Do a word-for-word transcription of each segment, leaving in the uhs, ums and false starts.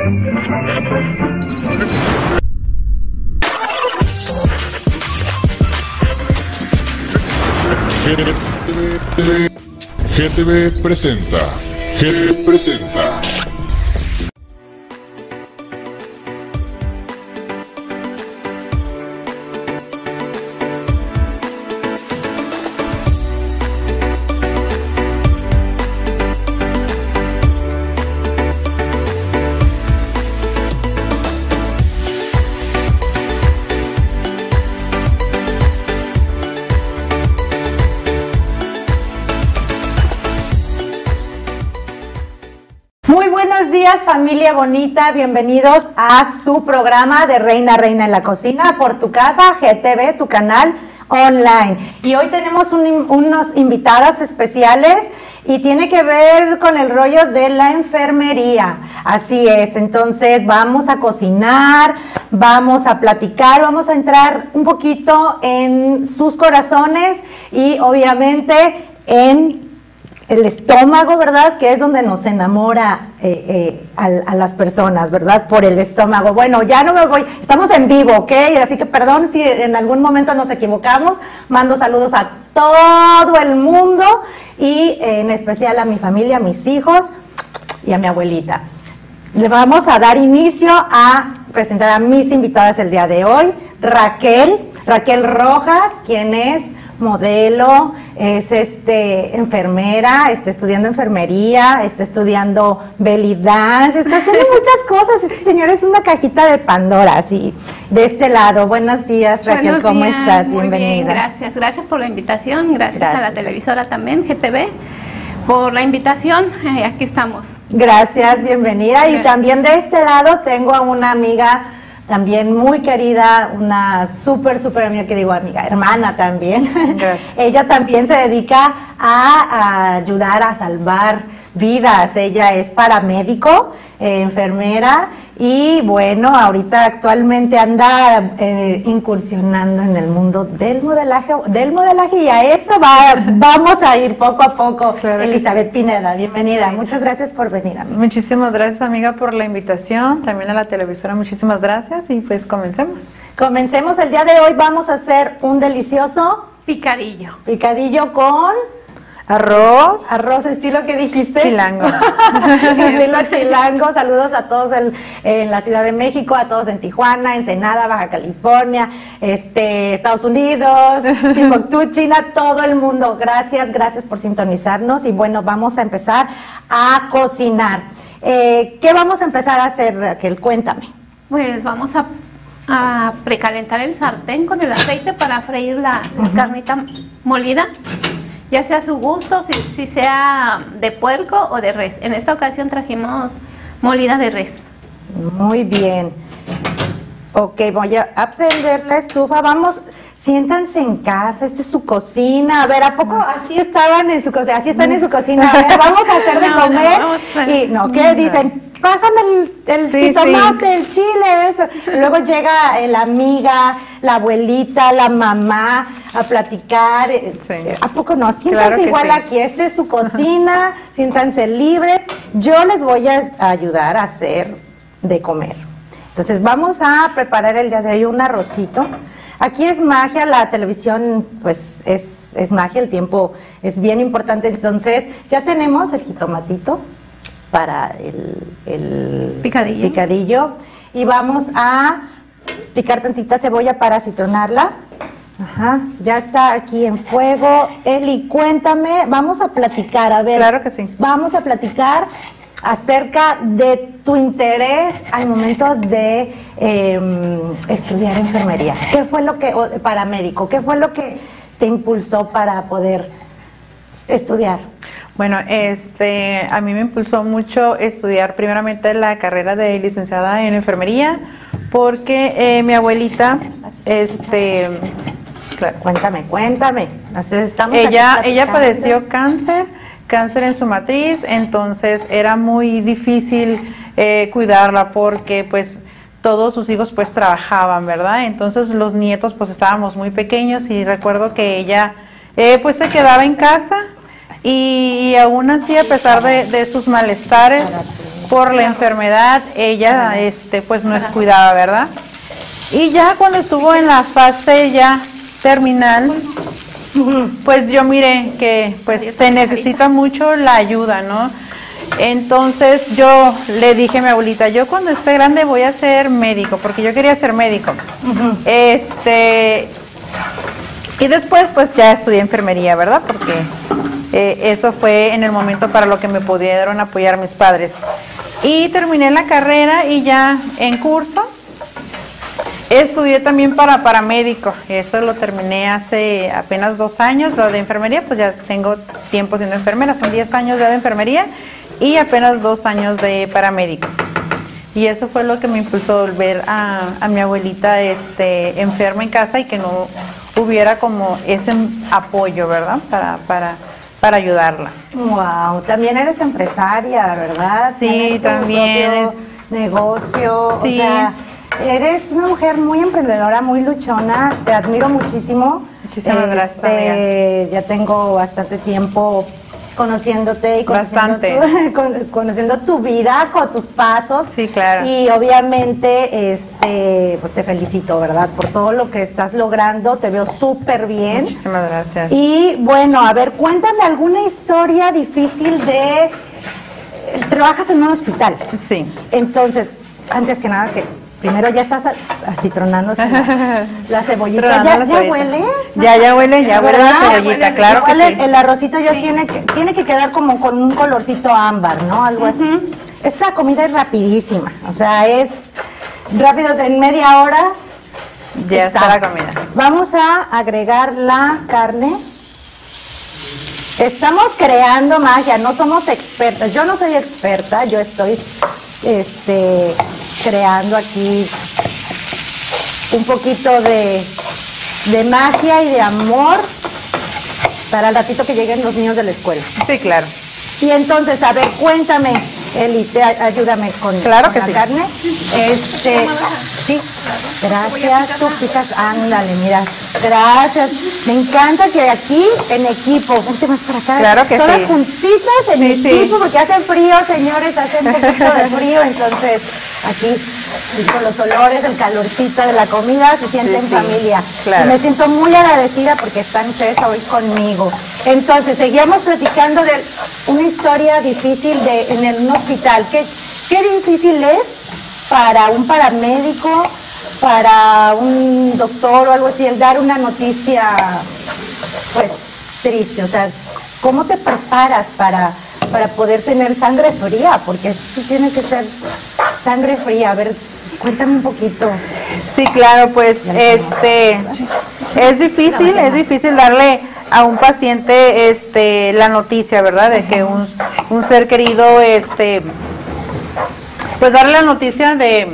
G T V presenta. G T V presenta. Familia bonita, bienvenidos a su programa de Reina Reina en la Cocina por tu casa, G T V, tu canal online. Y hoy tenemos un, unos invitadas especiales y tiene que ver con el rollo de la enfermería. Así es, entonces vamos a cocinar, vamos a platicar, vamos a entrar un poquito en sus corazones y obviamente en el estómago, ¿verdad? Que es donde nos enamora eh, eh, a, a las personas, ¿verdad? Por el estómago. Bueno, ya no me voy, estamos en vivo, ¿ok? Así que perdón si en algún momento nos equivocamos. Mando saludos a todo el mundo y eh, en especial a mi familia, a mis hijos y a mi abuelita. Le vamos a dar inicio a presentar a mis invitadas el día de hoy. Raquel, Raquel Rojas, quien es modelo, es este enfermera, está estudiando enfermería, está estudiando belly dance, está haciendo muchas cosas. Este señor es una cajita de Pandora, así, de este lado. Buenos días, Raquel, Buenos ¿cómo días, estás? Muy Bienvenida. Bien, gracias, gracias por la invitación, gracias, gracias a la televisora también, G T V, por la invitación, eh, aquí estamos. Gracias, bienvenida. Gracias. Y también de este lado tengo a una amiga también muy querida, una súper, súper amiga, que digo amiga, hermana también. Gracias. Ella también se dedica a, a ayudar a salvar vidas. Ella es paramédico, eh, enfermera y bueno, ahorita actualmente anda eh, incursionando en el mundo del modelaje, del modelaje y a eso va, vamos a ir poco a poco. Claro. Elizabeth Pineda, bienvenida. Sí. Muchas gracias por venir, amiga. Muchísimas gracias, amiga, por la invitación. También a la televisora, muchísimas gracias y pues comencemos. Comencemos. El día de hoy vamos a hacer un delicioso picadillo. Picadillo con arroz. Arroz estilo que dijiste. Chilango. Estilo chilango. Saludos a todos en, en la Ciudad de México, a todos en Tijuana, Ensenada, Baja California, este, Estados Unidos, Timbuktu, China, todo el mundo. Gracias, gracias por sintonizarnos y bueno, vamos a empezar a cocinar. Eh, ¿Qué vamos a empezar a hacer, Raquel? Cuéntame. Pues vamos a, a precalentar el sartén con el aceite para freír la, la uh-huh. carnita molida. Ya sea a su gusto, si, si sea de puerco o de res. En esta ocasión trajimos molida de res. Muy bien. Ok, voy a prender la estufa. Vamos, siéntanse en casa, esta es su cocina. A ver, ¿a poco así estaban en su cocina? Así están en su cocina. A ver, vamos a hacer de no, comer. No, no, y no, ¿qué no. dicen? Pásame el, el sí, tomate, sí. el chile, esto. Luego llega la amiga, la abuelita, la mamá a platicar. Sí. ¿A poco no? Siéntanse claro igual sí. aquí. Esta es su cocina, siéntanse libres. Yo les voy a ayudar a hacer de comer. Entonces vamos a preparar el día de hoy un arrocito. Aquí es magia, la televisión pues es, es magia, el tiempo es bien importante. Entonces ya tenemos el jitomatito para el, el picadillo. picadillo y vamos a picar tantita cebolla para citronarla. Ajá, ya está aquí en fuego. Eli, cuéntame, vamos a platicar, a ver. Claro que sí. Vamos a platicar acerca de tu interés al momento de eh, estudiar enfermería. ¿Qué fue lo que, o paramédico, qué fue lo que te impulsó para poder estudiar? Bueno, este, a mí me impulsó mucho estudiar primeramente la carrera de licenciada en enfermería, porque eh, mi abuelita, este, claro, cuéntame, cuéntame. Así estamos ella, ella padeció cáncer, cáncer en su matriz, entonces era muy difícil eh, cuidarla porque, pues, todos sus hijos pues trabajaban, ¿verdad? Entonces los nietos pues estábamos muy pequeños y recuerdo que ella eh, pues se quedaba en casa. Y, y aún así, a pesar de, de sus malestares, por la enfermedad, ella este pues no descuidaba, ¿verdad? Y ya cuando estuvo en la fase ya terminal, pues yo miré que pues se necesita mucho la ayuda, ¿no? Entonces yo le dije a mi abuelita, yo cuando esté grande voy a ser médico, porque yo quería ser médico. Uh-huh. Este, y después pues ya estudié enfermería, ¿verdad? Porque eh, eso fue en el momento para lo que me pudieron apoyar mis padres. Y terminé la carrera y ya en curso estudié también para paramédico. Eso lo terminé hace apenas dos años. Lo de enfermería, pues ya tengo tiempo siendo enfermera, son diez años ya de enfermería y apenas dos años de paramédico. Y eso fue lo que me impulsó ver a, a mi abuelita este, enferma en casa y que no hubiera como ese apoyo, ¿verdad? Para, para, para ayudarla. Wow, también eres empresaria, ¿verdad? Sí, también es negocio, sí. O sea, eres una mujer muy emprendedora, muy luchona, te admiro muchísimo. Muchísimas este, gracias, amiga. Ya tengo bastante tiempo conociéndote y conociendo Bastante. tu, con, conociendo tu vida, con tus pasos. Sí, claro. Y obviamente, este, pues te felicito, ¿verdad? Por todo lo que estás logrando, te veo súper bien. Muchísimas gracias. Y bueno, a ver, cuéntame alguna historia difícil de... Trabajas en un hospital. Sí. Entonces, antes que nada, que primero ya estás así tronándose la, la cebollita. Tronando ¿Ya, la ya cebollita. huele? Ya, ya huele, ya huele la cebollita, claro que Igual el, sí. el arrocito ya Sí. tiene, que, tiene que quedar como con un colorcito ámbar, ¿no? Algo así. Esta comida es rapidísima, o sea, es rápido, en media hora Ya está la comida. Vamos a agregar la carne. Estamos creando magia, no somos expertas. Yo no soy experta, yo estoy este, creando aquí un poquito de, de magia y de amor para el ratito que lleguen los niños de la escuela. Sí, claro. Y entonces, a ver, cuéntame, Eli, te, ayúdame con, Claro con que la sí. carne. Este, sí, gracias, tú fijas, ándale, mira, gracias. Me encanta que aquí en equipo, vente más para acá, Claro que todas sí. juntitas en Sí, sí. equipo, porque hace frío, señores, hace un poquito de frío, entonces aquí con los olores, el calorcito de la comida, se siente Sí, en sí, familia. claro. Y me siento muy agradecida porque están ustedes hoy conmigo. Entonces, seguíamos platicando de una historia difícil de, en el, un hospital. ¿Qué, qué difícil es para un paramédico, para un doctor o algo así, el dar una noticia, pues, triste? O sea, ¿cómo te preparas para, para poder tener sangre fría? Porque sí tiene que ser sangre fría. A ver, cuéntame un poquito. Sí, claro, pues este es difícil, es difícil darle a un paciente este la noticia, ¿verdad? De que un, un ser querido este pues darle la noticia de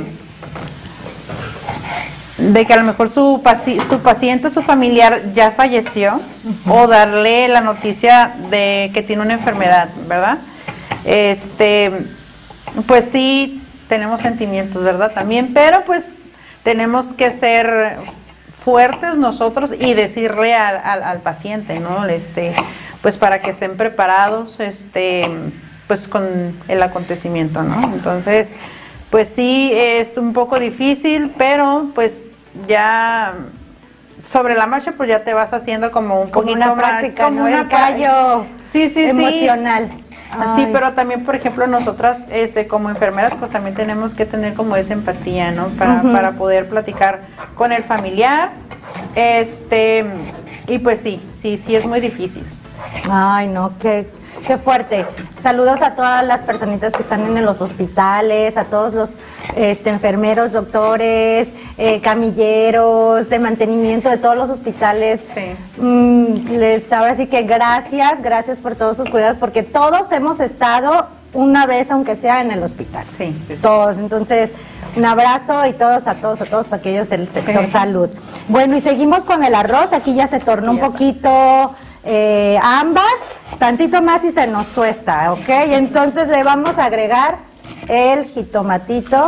de que a lo mejor su paci su paciente, su familiar ya falleció, uh-huh. o darle la noticia de que tiene una enfermedad, ¿verdad? Este pues sí tenemos sentimientos, ¿verdad? También, pero pues tenemos que ser fuertes nosotros y decirle al, al, al paciente, ¿no? Este, pues para que estén preparados, este, pues con el acontecimiento, ¿no? Entonces, pues sí es un poco difícil, pero pues ya sobre la marcha, pues ya te vas haciendo como un Como poquito una más, práctica, como ¿no? una El callo sí, sí, emocional. Sí. Ay. Sí, pero también, por ejemplo, nosotras este, como enfermeras, pues también tenemos que tener como esa empatía, ¿no? Para, uh-huh. para poder platicar con el familiar. Este, y pues sí, sí, sí es muy difícil. Ay, no, qué, qué fuerte. Saludos a todas las personitas que están en los hospitales, a todos los este, enfermeros, doctores, eh, camilleros, de mantenimiento de todos los hospitales. Sí. Mm, les ahora sí que gracias, gracias por todos sus cuidados, porque todos hemos estado una vez, aunque sea en el hospital. Sí, sí, sí. Todos. Entonces, un abrazo y todos a todos, a todos aquellos del sector Sí. salud. Bueno, y seguimos con el arroz. Aquí ya se tornó un Ya poquito eh, ámbar, tantito más y se nos tuesta, ¿ok? Entonces le vamos a agregar el jitomatito.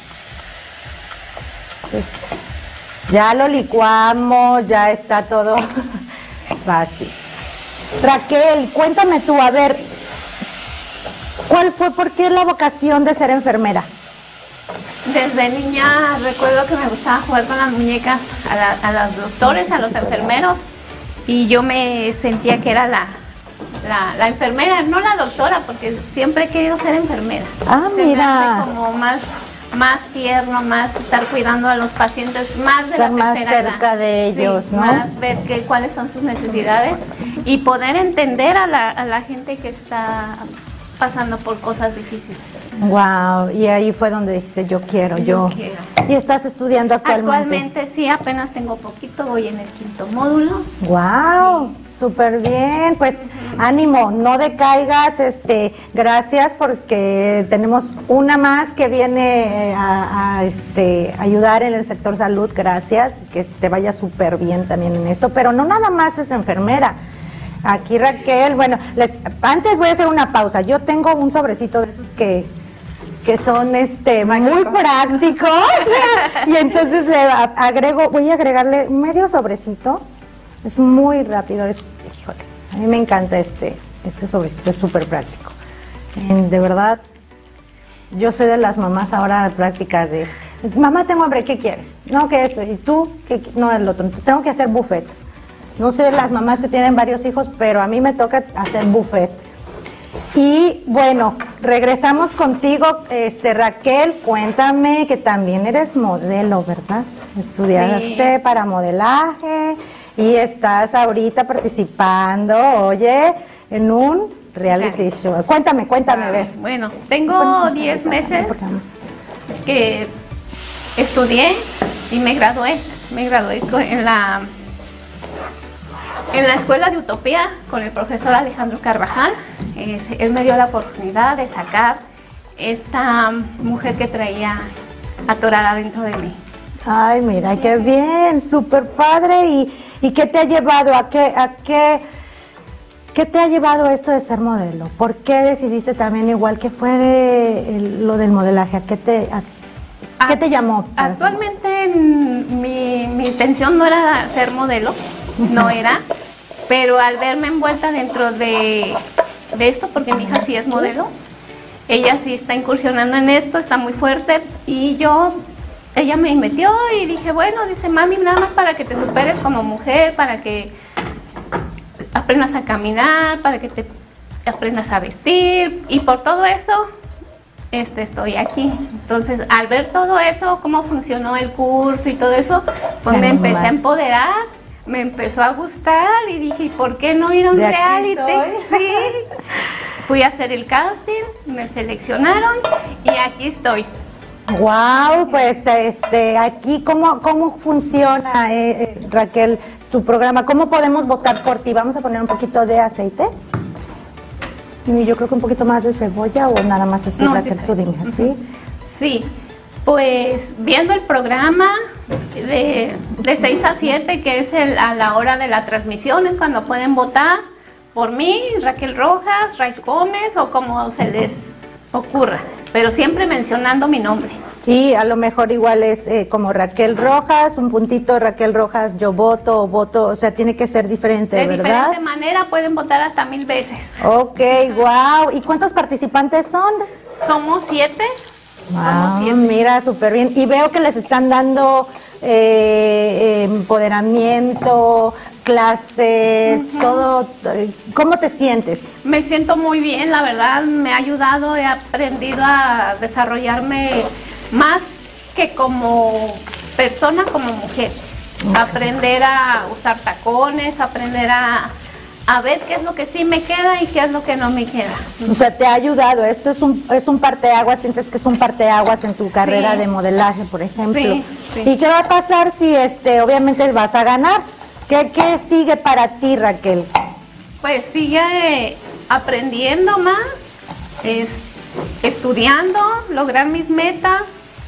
Ya lo licuamos, ya está todo fácil. Raquel, cuéntame tú, a ver, ¿cuál cuál fue, por qué la vocación de ser enfermera? Desde niña recuerdo que me gustaba jugar con las muñecas, a, la, a los doctores, a los enfermeros, y yo me sentía que era la, la, la enfermera, no la doctora, porque siempre he querido ser enfermera. Ah, Se mira. me hace como más, más tierno, más estar cuidando a los pacientes, más de Estar la más tercera cerca edad. de ellos, Sí, ¿no? Más ver que, cuáles son sus necesidades y poder entender a la, a la gente que está pasando por cosas difíciles. Wow, y ahí fue donde dijiste yo quiero, yo. Yo quiero. ¿Y estás estudiando actualmente? Actualmente sí, apenas tengo poquito, voy en el quinto módulo. Wow, súper bien, pues ánimo, no decaigas, este, gracias porque tenemos una más que viene a, a, este, ayudar en el sector salud, gracias, que te vaya súper bien también en esto, pero no nada más es enfermera. Aquí Raquel, bueno, les, antes voy a hacer una pausa, yo tengo un sobrecito de esos que... que son este muy prácticos y entonces le agrego, voy a agregarle medio sobrecito, es muy rápido, es, híjole, a mí me encanta este, este sobrecito, es súper práctico, de verdad, yo soy de las mamás ahora prácticas de, mamá tengo hambre, ¿qué quieres? No, que esto, y tú, ¿qué? No, el otro, tengo que hacer buffet, no sé las mamás que tienen varios hijos, pero a mí me toca hacer buffet. Y bueno, regresamos contigo, este Raquel, cuéntame que también eres modelo, ¿verdad? Estudiaste Sí. para modelaje y estás ahorita participando, oye, en un reality show. Cuéntame, cuéntame, a ver. Bueno, tengo diez meses que estudié y me gradué. Me gradué co- en la en la escuela de Utopía con el profesor Alejandro Carvajal. Es- él me dio la oportunidad de sacar esta mujer que traía atorada dentro de mí. Ay, mira, qué bien, súper padre. ¿Y, y qué te ha llevado? ¿A qué, a qué, qué te ha llevado esto de ser modelo? ¿Por qué decidiste también igual que fue el- lo del modelaje? ¿A qué te, a- qué te llamó? para ser modelo? Actualmente mm, mi, mi intención no era ser modelo, no era, pero al verme envuelta dentro de, de esto, porque mi hija sí es modelo, ella sí está incursionando en esto, está muy fuerte, y yo, ella me metió y dije, bueno, dice, mami, nada más para que te superes como mujer, para que aprendas a caminar, para que te aprendas a vestir, y por todo eso este, estoy aquí. Entonces, al ver todo eso, cómo funcionó el curso y todo eso, pues Te me empecé a animaste. empoderar, me empezó a gustar y dije, ¿y por qué no ir a un De aquí reality? soy. Sí. Fui a hacer el casting, me seleccionaron y aquí estoy. Wow, pues este, aquí cómo cómo funciona, eh, eh, Raquel, tu programa. ¿Cómo podemos votar por ti? Vamos a poner un poquito de aceite. Y yo creo que un poquito más de cebolla o nada más así, No, Raquel, sí, tú sí. dime, ¿sí? Sí, pues viendo el programa de, de seis a siete, que es el, a la hora de la transmisión, es cuando pueden votar por mí, Raquel Rojas, Raiz Gómez o como se les ocurra, pero siempre mencionando mi nombre. Y a lo mejor igual es eh, como Raquel Rojas, un puntito Raquel Rojas, yo voto o voto, o sea, tiene que ser diferente, De ¿verdad? diferente manera pueden votar hasta mil veces. Ok, wow. ¿Y cuántos participantes son? Somos siete. Ah, Somos siete. mira, súper bien. Y veo que les están dando eh, eh, empoderamiento, clases, todo. eh, ¿Cómo te sientes? Me siento muy bien, la verdad, me ha ayudado, he aprendido a desarrollarme más que como persona, como mujer. Aprender a usar tacones, aprender a, a ver qué es lo que sí me queda y qué es lo que no me queda. O sea, te ha ayudado. Esto es un, es un parteaguas, sientes que es un parteaguas en tu carrera Sí. de modelaje, por ejemplo. Sí, sí. ¿Y qué va a pasar si, este, obviamente, vas a ganar? ¿Qué, qué sigue para ti, Raquel? Pues sigue aprendiendo más, es, estudiando, lograr mis metas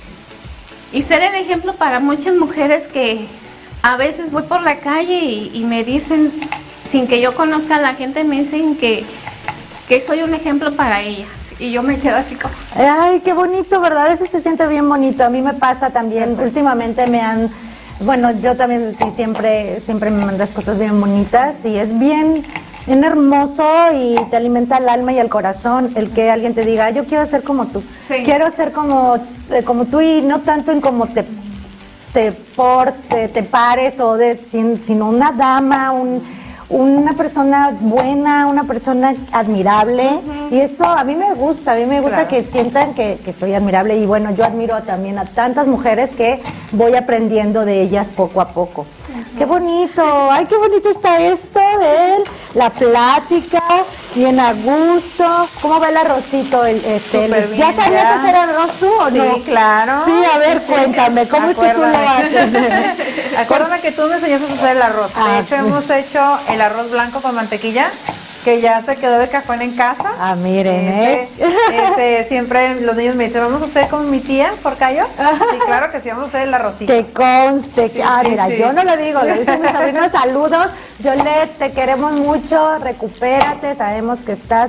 y ser el ejemplo para muchas mujeres que a veces voy por la calle y, y me dicen, sin que yo conozca a la gente, me dicen que, que soy un ejemplo para ellas. Y yo me quedo así como... Ay, qué bonito, ¿verdad? Eso se siente bien bonito. A mí me pasa también. Últimamente me han... Bueno, yo también siempre, siempre me mandas cosas bien bonitas y es bien, bien hermoso y te alimenta el alma y el corazón el que alguien te diga, yo quiero ser como tú, Sí. quiero ser como, eh, como tú, y no tanto en cómo te, te porte, te pares, o de, sin, sino una dama, un, una persona buena, una persona admirable. Uh-huh. Y eso a mí me gusta, a mí me gusta, claro, que sientan que, que soy admirable. Y bueno, yo admiro también a tantas mujeres que voy aprendiendo de ellas poco a poco. ¡Qué bonito! ¡Ay, qué bonito está esto de él! La plática, bien a gusto. ¿Cómo va el arrocito? El, este, el, bien, ¿Ya sabías ya. hacer arroz tú o sí, no? Sí, claro. Sí, a ver, sí, cuéntame, ¿cómo Acuérdame. es que tú lo haces? Acuérdame que tú me enseñaste a hacer el arroz. De Ah, hecho, sí. hemos hecho el arroz blanco con mantequilla, que ya se quedó de cajón en casa. Ah, miren, ese, ¿eh? Ese, siempre los niños me dicen, ¿vamos a hacer con mi tía, Porcayo? Sí, claro que sí, vamos a hacer el arrocito. Que conste, Sí, que, ah, sí, mira, sí. yo no le digo, le dicen mis sobrinos saludos. Yolet, te queremos mucho, recupérate, sabemos que estás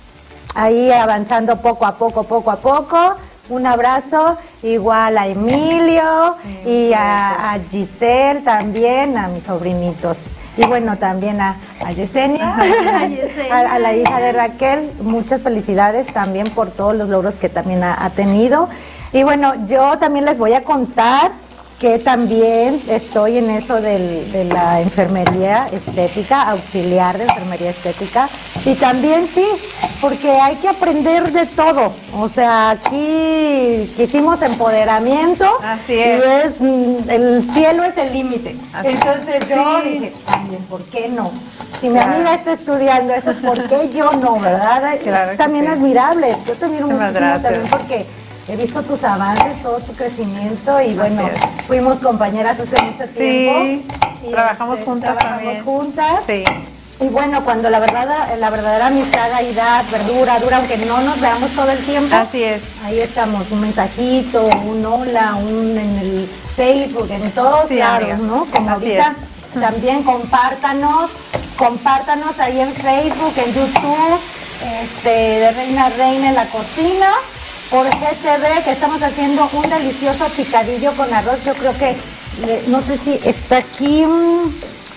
ahí avanzando poco a poco, poco a poco. Un abrazo igual a Emilio sí, y a, a Giselle también, a mis sobrinitos. Y bueno, también a, a Yesenia, a, a la hija de Raquel. Muchas felicidades también por todos los logros que también ha, ha tenido. Y bueno, yo también les voy a contar que también estoy en eso del, de la enfermería estética, auxiliar de enfermería estética, y también sí, porque hay que aprender de todo. O sea, aquí quisimos empoderamiento. Así es. Y es, mm, el cielo es el límite. Entonces es. yo Sí. dije, también, ¿por qué no? Si mi Claro. amiga está estudiando eso, ¿por qué yo no, verdad? Claro es también sí. admirable. Yo te admiro Muchísimas muchísimo gracias. también porque he visto tus avances, todo tu crecimiento, y bueno, es. fuimos compañeras hace mucho Sí, tiempo. Y, trabajamos este, juntas trabajamos también. juntas. Sí. Y bueno, cuando la verdad, la verdadera amistad ahí da, verdura, dura, aunque no nos veamos todo el tiempo. Así es. Ahí estamos, un mensajito, un hola, un en el Facebook, en todos Sí, lados, amiga. ¿no? Como Así ahorita, es. también compártanos, compártanos ahí en Facebook, en YouTube, este, de Reina Reina en la cocina, por G T V, que estamos haciendo un delicioso picadillo con arroz. Yo creo que, le- no sé si está aquí, mm,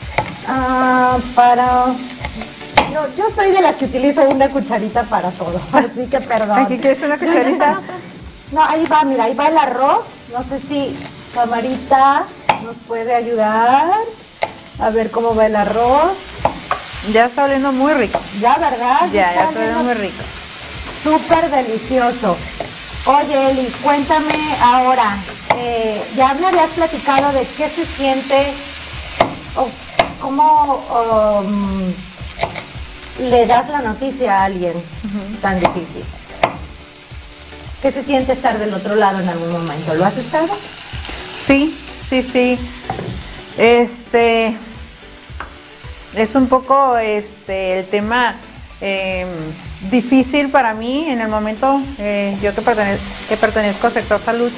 ah, para... No, yo soy de las que utilizo una cucharita para todo, así que perdón. Aquí quieres una cucharita. No, ahí va, mira, ahí va el arroz. No sé si Camarita nos puede ayudar a ver cómo va el arroz. Ya está oliendo muy rico. Ya, ¿verdad? Ya, ya está oliendo oliendo muy rico. súper delicioso. Oye, Eli, cuéntame ahora, eh, ya me habías platicado de qué se siente, o cómo um, le das la noticia a alguien tan difícil. ¿Qué se siente estar del otro lado en algún momento? ¿Lo has estado? Sí, sí, sí. Este es un poco este el tema eh, difícil para mí en el momento, eh, yo que, pertene que pertenezco al sector salud,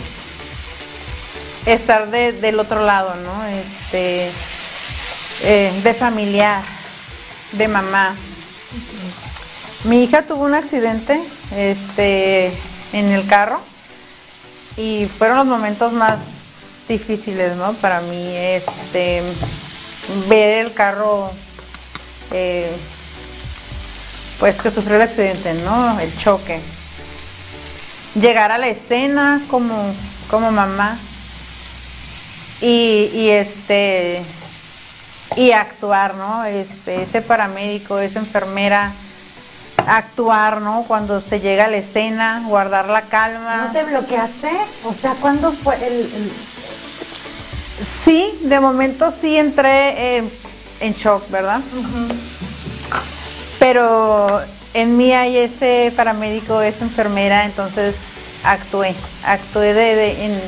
estar de, del otro lado, ¿no? Este, eh, de familiar, de mamá. Mi hija tuvo un accidente este, en el carro y fueron los momentos más difíciles, ¿no? Para mí, este, ver el carro, eh, pues que sufrió el accidente, ¿no? El choque. Llegar a la escena como, como mamá y, y este y actuar, ¿no? Este, ese paramédico, esa enfermera, actuar, ¿no? Cuando se llega a la escena, guardar la calma. ¿No te bloqueaste? O sea, ¿cuándo fue el...? el... Sí, de momento sí entré eh, en shock, ¿verdad? Uh-huh. Pero en mí hay ese paramédico, esa enfermera, entonces actué, actué de, de en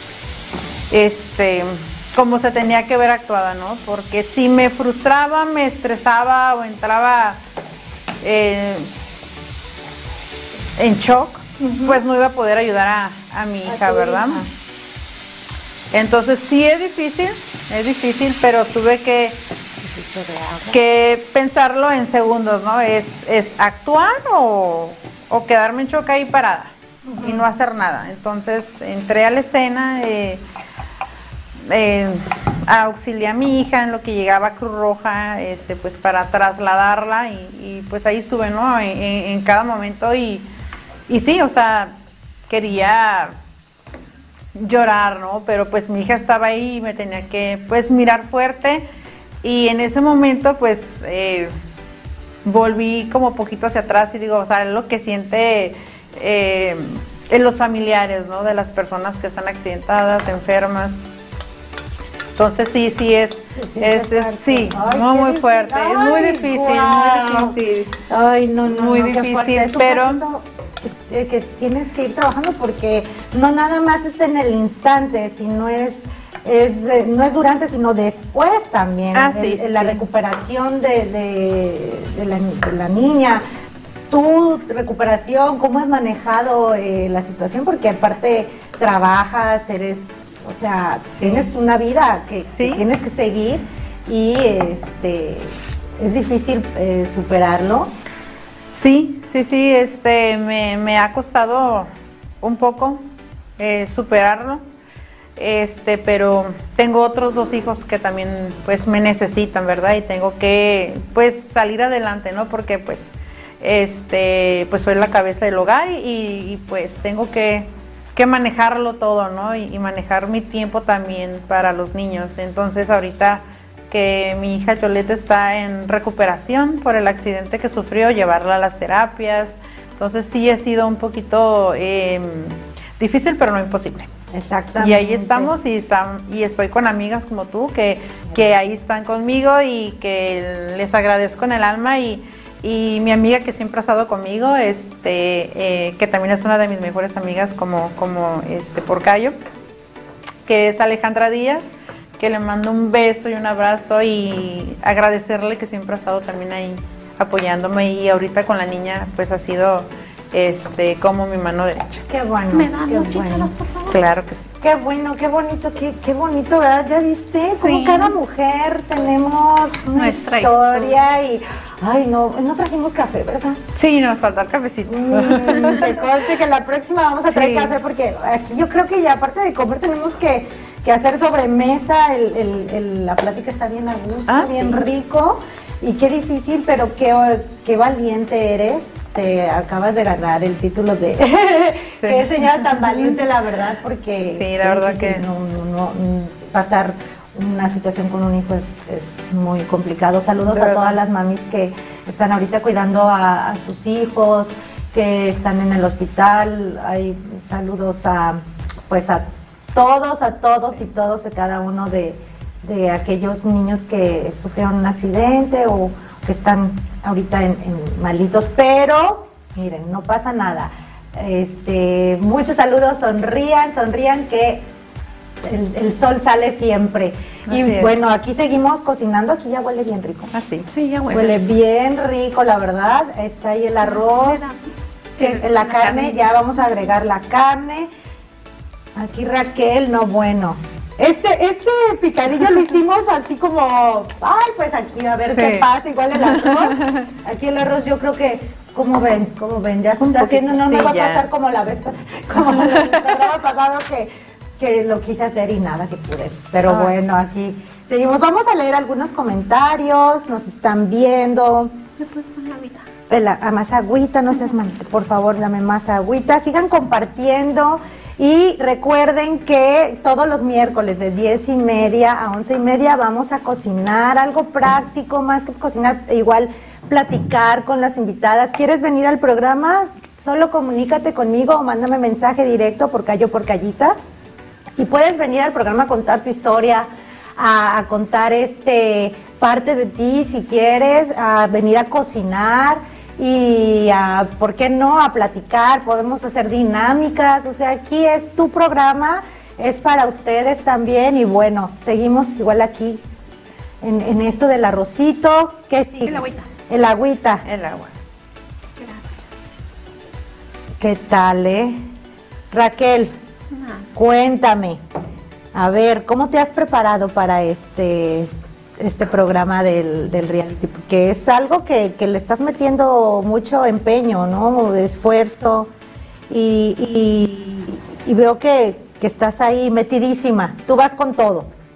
este como se tenía que haber actuado, ¿no? Porque si me frustraba, me estresaba o entraba eh, en shock, uh-huh, pues no iba a poder ayudar a, a mi hija, a ¿verdad? Hija. Entonces sí es difícil, es difícil, pero tuve que que pensarlo en segundos, ¿no? Es, es actuar o, o quedarme en shock ahí parada, uh-huh, y no hacer nada. Entonces entré a la escena, eh, eh, auxilié a mi hija en lo que llegaba a Cruz Roja, este, pues para trasladarla y, y pues ahí estuve, ¿no? En, en, en cada momento y, y sí, o sea, quería llorar, ¿no? Pero pues mi hija estaba ahí y me tenía que pues mirar fuerte y en ese momento pues eh, volví como poquito hacia atrás y digo, o sea, lo que siente eh, en los familiares, ¿no? De las personas que están accidentadas, enfermas. Entonces sí, sí es, Sí, es, es sí, Ay, muy, qué muy difícil. fuerte, Ay, es muy difícil, guau. muy difícil. Ay, no, no, Muy no, qué difícil, fuerte. Es un pero- proceso que, que tienes que ir trabajando porque no nada más es en el instante, sino es, es eh, no es durante, sino después también. Ah, El- sí, sí, la sí. recuperación de, de, de la, de la niña. Tu recuperación, ¿cómo has manejado eh, la situación? Porque aparte trabajas, eres, o sea, tienes una vida que, Sí. que tienes que seguir y este es difícil eh, superarlo. Sí, sí, sí, este, me, me ha costado un poco eh, superarlo, este, pero tengo otros dos hijos que también, pues, me necesitan, ¿verdad? Y tengo que, pues, salir adelante, ¿no? Porque, pues, este, pues, soy la cabeza del hogar y, y, pues, tengo que, que manejarlo todo, ¿no? Y, y manejar mi tiempo también para los niños. Entonces, ahorita que mi hija Yolette está en recuperación por el accidente que sufrió, llevarla a las terapias. Entonces sí ha sido un poquito eh, difícil, pero no imposible. Exactamente. Y ahí estamos y, están, y estoy con amigas como tú que, que ahí están conmigo y que les agradezco en el alma. Y, y mi amiga que siempre ha estado conmigo, este, eh, que también es una de mis mejores amigas como, como este, Porcayo, que es Alejandra Díaz, que le mando un beso y un abrazo y agradecerle que siempre ha estado también ahí apoyándome y ahorita con la niña pues ha sido este como mi mano derecha. Qué bueno, ¿Me dan qué un chícharo, bueno. por favor? Claro que sí. Qué bueno, qué bonito, qué, qué bonito, ¿verdad? ¿Ya viste? Como Sí. cada mujer tenemos una Nuestra historia y... Ay, no, no trajimos café, ¿verdad? Sí, nos falta el cafecito. Mm, te conste que la próxima vamos a traer Sí. café porque aquí yo creo que ya aparte de comer tenemos que, que hacer sobremesa, el, el- el- la plática está bien a gusto, Ah, bien sí. rico y qué difícil, pero qué, qué valiente eres, te acabas de ganar el título de Sí. qué señora tan valiente la verdad porque Sí, la qué verdad difícil, que- no, no, no, mm, pasar una situación con un hijo es, es muy complicado. Saludos De a verdad. todas las mamis que están ahorita cuidando a, a sus hijos, que están en el hospital. Hay saludos a pues a todos, a todos y todos, a cada uno de, de aquellos niños que sufrieron un accidente o que están ahorita en, en malitos, pero miren, no pasa nada. Este, muchos saludos, sonrían, sonrían que el, el sol sale siempre. Así y es. bueno, aquí seguimos cocinando, aquí ya huele bien rico. Así. Sí, ya huele. Huele bien rico, la verdad. Está ahí el arroz, que- la La carne, carne. ya vamos a agregar la carne. Aquí Raquel, no bueno. Este, este picadillo lo hicimos así como, ay, pues aquí a ver Sí. qué pasa, igual el arroz. Aquí el arroz yo creo que, como ven, como ven, ya se Un está haciendo, no, poquito, no va sí, a ya. pasar como la vez pasada, como el programa pasado que, que lo quise hacer y nada que pude. Pero Ay. bueno, aquí seguimos. Vamos a leer algunos comentarios, nos están viendo. ¿Me puedes poner la mitad? La, a más agüita, no seas mal, por favor, dame más agüita. Sigan compartiendo y recuerden que todos los miércoles de diez y media a once y media vamos a cocinar algo práctico, más que cocinar, igual platicar con las invitadas. ¿Quieres venir al programa? Solo comunícate conmigo o mándame mensaje directo por Cayo por Callita y puedes venir al programa a contar tu historia, a, a contar este parte de ti si quieres, a venir a cocinar y a, ¿por qué no?, a platicar, podemos hacer dinámicas, o sea, aquí es tu programa, es para ustedes también y bueno, seguimos igual aquí en, en esto del arrocito, ¿qué sigue? El agüita. El agüita, El agua. Gracias. ¿qué tal, eh? Raquel, Ah, cuéntame, a ver, ¿cómo te has preparado para este, este programa del, del reality? Porque es algo que, que le estás metiendo mucho empeño, ¿no? Esfuerzo y, y- y veo que, que estás ahí metidísima. Tú vas con todo.